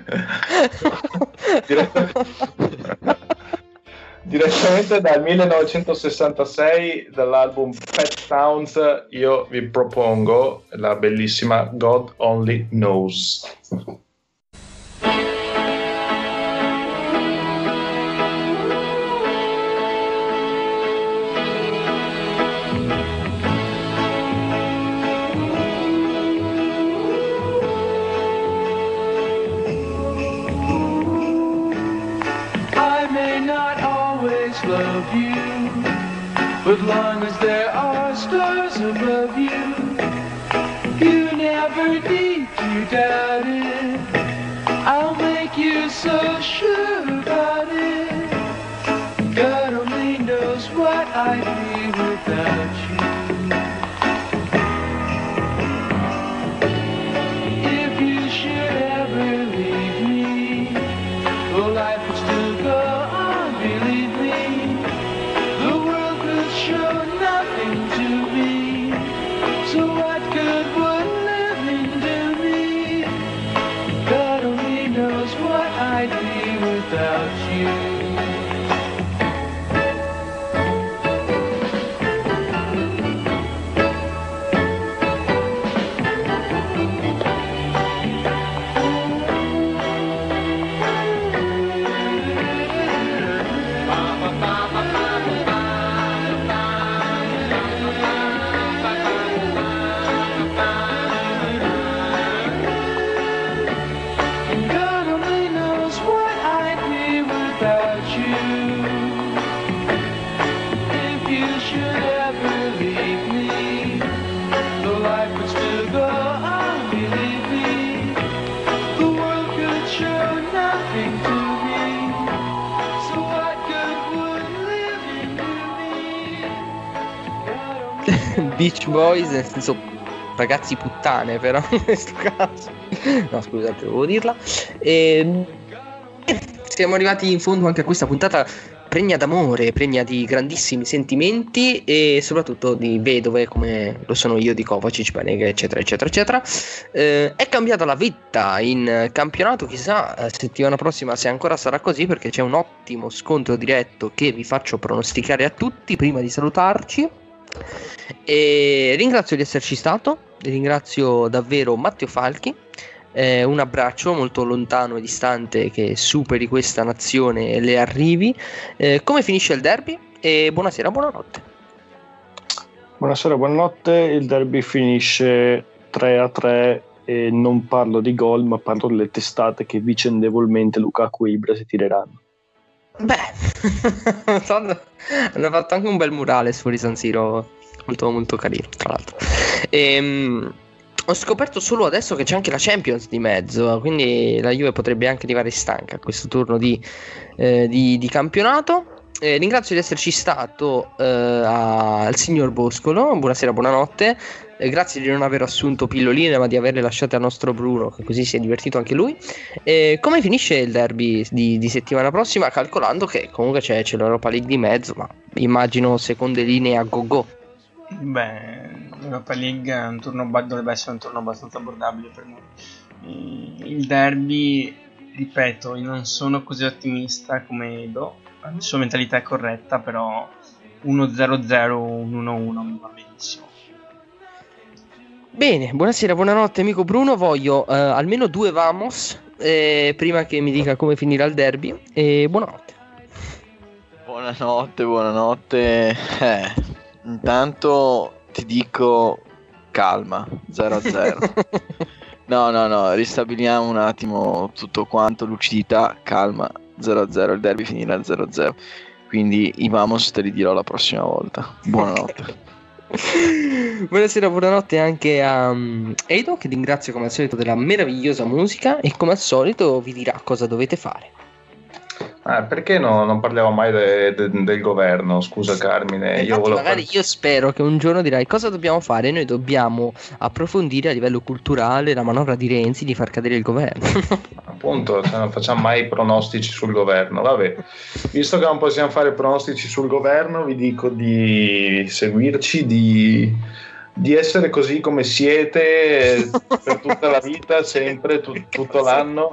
direttamente dal 1966 dall'album Pet Sounds io vi propongo la bellissima God Only Knows. Love you, but long as there are stars above you, you never need to doubt it. I'll make you so sure about it. God only knows what I'd be without you. If you should ever leave me, well, life would still go on, believe me. Show nothing to me, so what good would living do me? God only knows what I'd be without you. Beach Boys, nel senso ragazzi puttane, però in questo caso no, scusate, devo dirla. Siamo arrivati in fondo anche a questa puntata pregna d'amore, pregna di grandissimi sentimenti e soprattutto di vedove come lo sono io, di Kovacic, Banega, eccetera eccetera eccetera. È cambiata la vetta in campionato, chissà settimana prossima se ancora sarà così, perché c'è un ottimo scontro diretto che vi faccio pronosticare a tutti prima di salutarci. E ringrazio di esserci stato, ringrazio davvero Matteo Falchi, un abbraccio molto lontano e distante che superi questa nazione e le arrivi. Come finisce il derby? E buonasera, buonanotte. Buonasera, buonanotte. Il derby finisce 3-3 e non parlo di gol, ma parlo delle testate che vicendevolmente Lukaku e Ibra si tireranno. Beh, hanno fatto anche un bel murale fuori San Siro, molto molto carino tra l'altro. Ho scoperto solo adesso che c'è anche la Champions di mezzo, quindi la Juve potrebbe anche arrivare stanca a questo turno di campionato. Ringrazio di esserci stato al signor Boscolo, buonasera, buonanotte. Grazie di non aver assunto pilloline, ma di averle lasciate al nostro Bruno, che così si è divertito anche lui. Come finisce il derby di settimana prossima, calcolando che comunque c'è l'Europa League di mezzo, ma immagino seconde linee a go-go? Beh, l'Europa League è un turno dovrebbe essere un turno abbastanza abbordabile per noi. Il derby, ripeto, io non sono così ottimista come Edo, la sua mentalità è corretta, però 1-0-0, un 1-1 mi va benissimo. Bene, buonasera, buonanotte amico Bruno, voglio almeno 2 vamos prima che mi dica come finirà il derby, e buonanotte. Buonanotte. Intanto ti dico calma, 0-0. No, ristabiliamo un attimo tutto quanto, lucidità, calma, 0-0, il derby finirà 0-0. Quindi i vamos te li dirò la prossima volta. Buonanotte. Buonasera, buonanotte anche a Edo, che ringrazio come al solito della meravigliosa musica, e come al solito vi dirà cosa dovete fare. Perché non parliamo mai del governo? Scusa Carmine, Io spero che un giorno dirai cosa dobbiamo fare. Noi dobbiamo approfondire a livello culturale la manovra di Renzi di far cadere il governo. Appunto, non facciamo mai pronostici sul governo. Vabbè, visto che non possiamo fare pronostici sul governo, vi dico di seguirci, di essere così come siete per tutta la vita, sempre, tutto l'anno.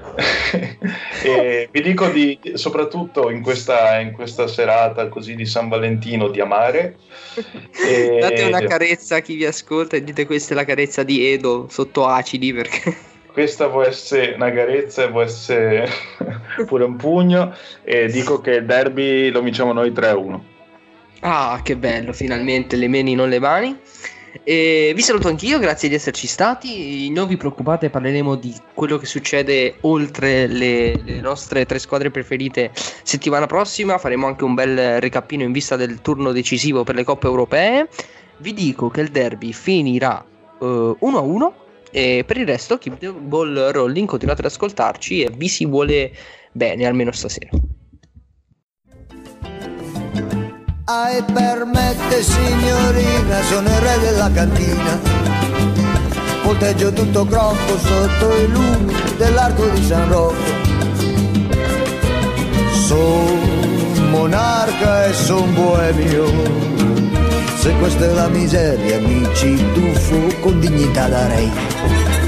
E vi dico soprattutto in questa serata così di San Valentino, di amare. Date una carezza a chi vi ascolta e dite: questa è la carezza di Edo sotto acidi, perché questa può essere una carezza e può essere pure un pugno. E dico che il derby lo vinciamo noi 3-1. Ah, che bello, finalmente le mani non le mani. E vi saluto anch'io, grazie di esserci stati. Non vi preoccupate, parleremo di quello che succede oltre le nostre 3 squadre preferite settimana prossima. Faremo anche un bel recapino in vista del turno decisivo per le coppe europee. Vi dico che il derby finirà 1-1, e per il resto keep the ball rolling, continuate ad ascoltarci e vi si vuole bene almeno stasera. Permette signorina, sono il re della cantina, volteggio tutto groppo sotto i lumi dell'arco di San Rocco. Son monarca e son boemio, se questa è la miseria mi ci tuffo con dignità da re.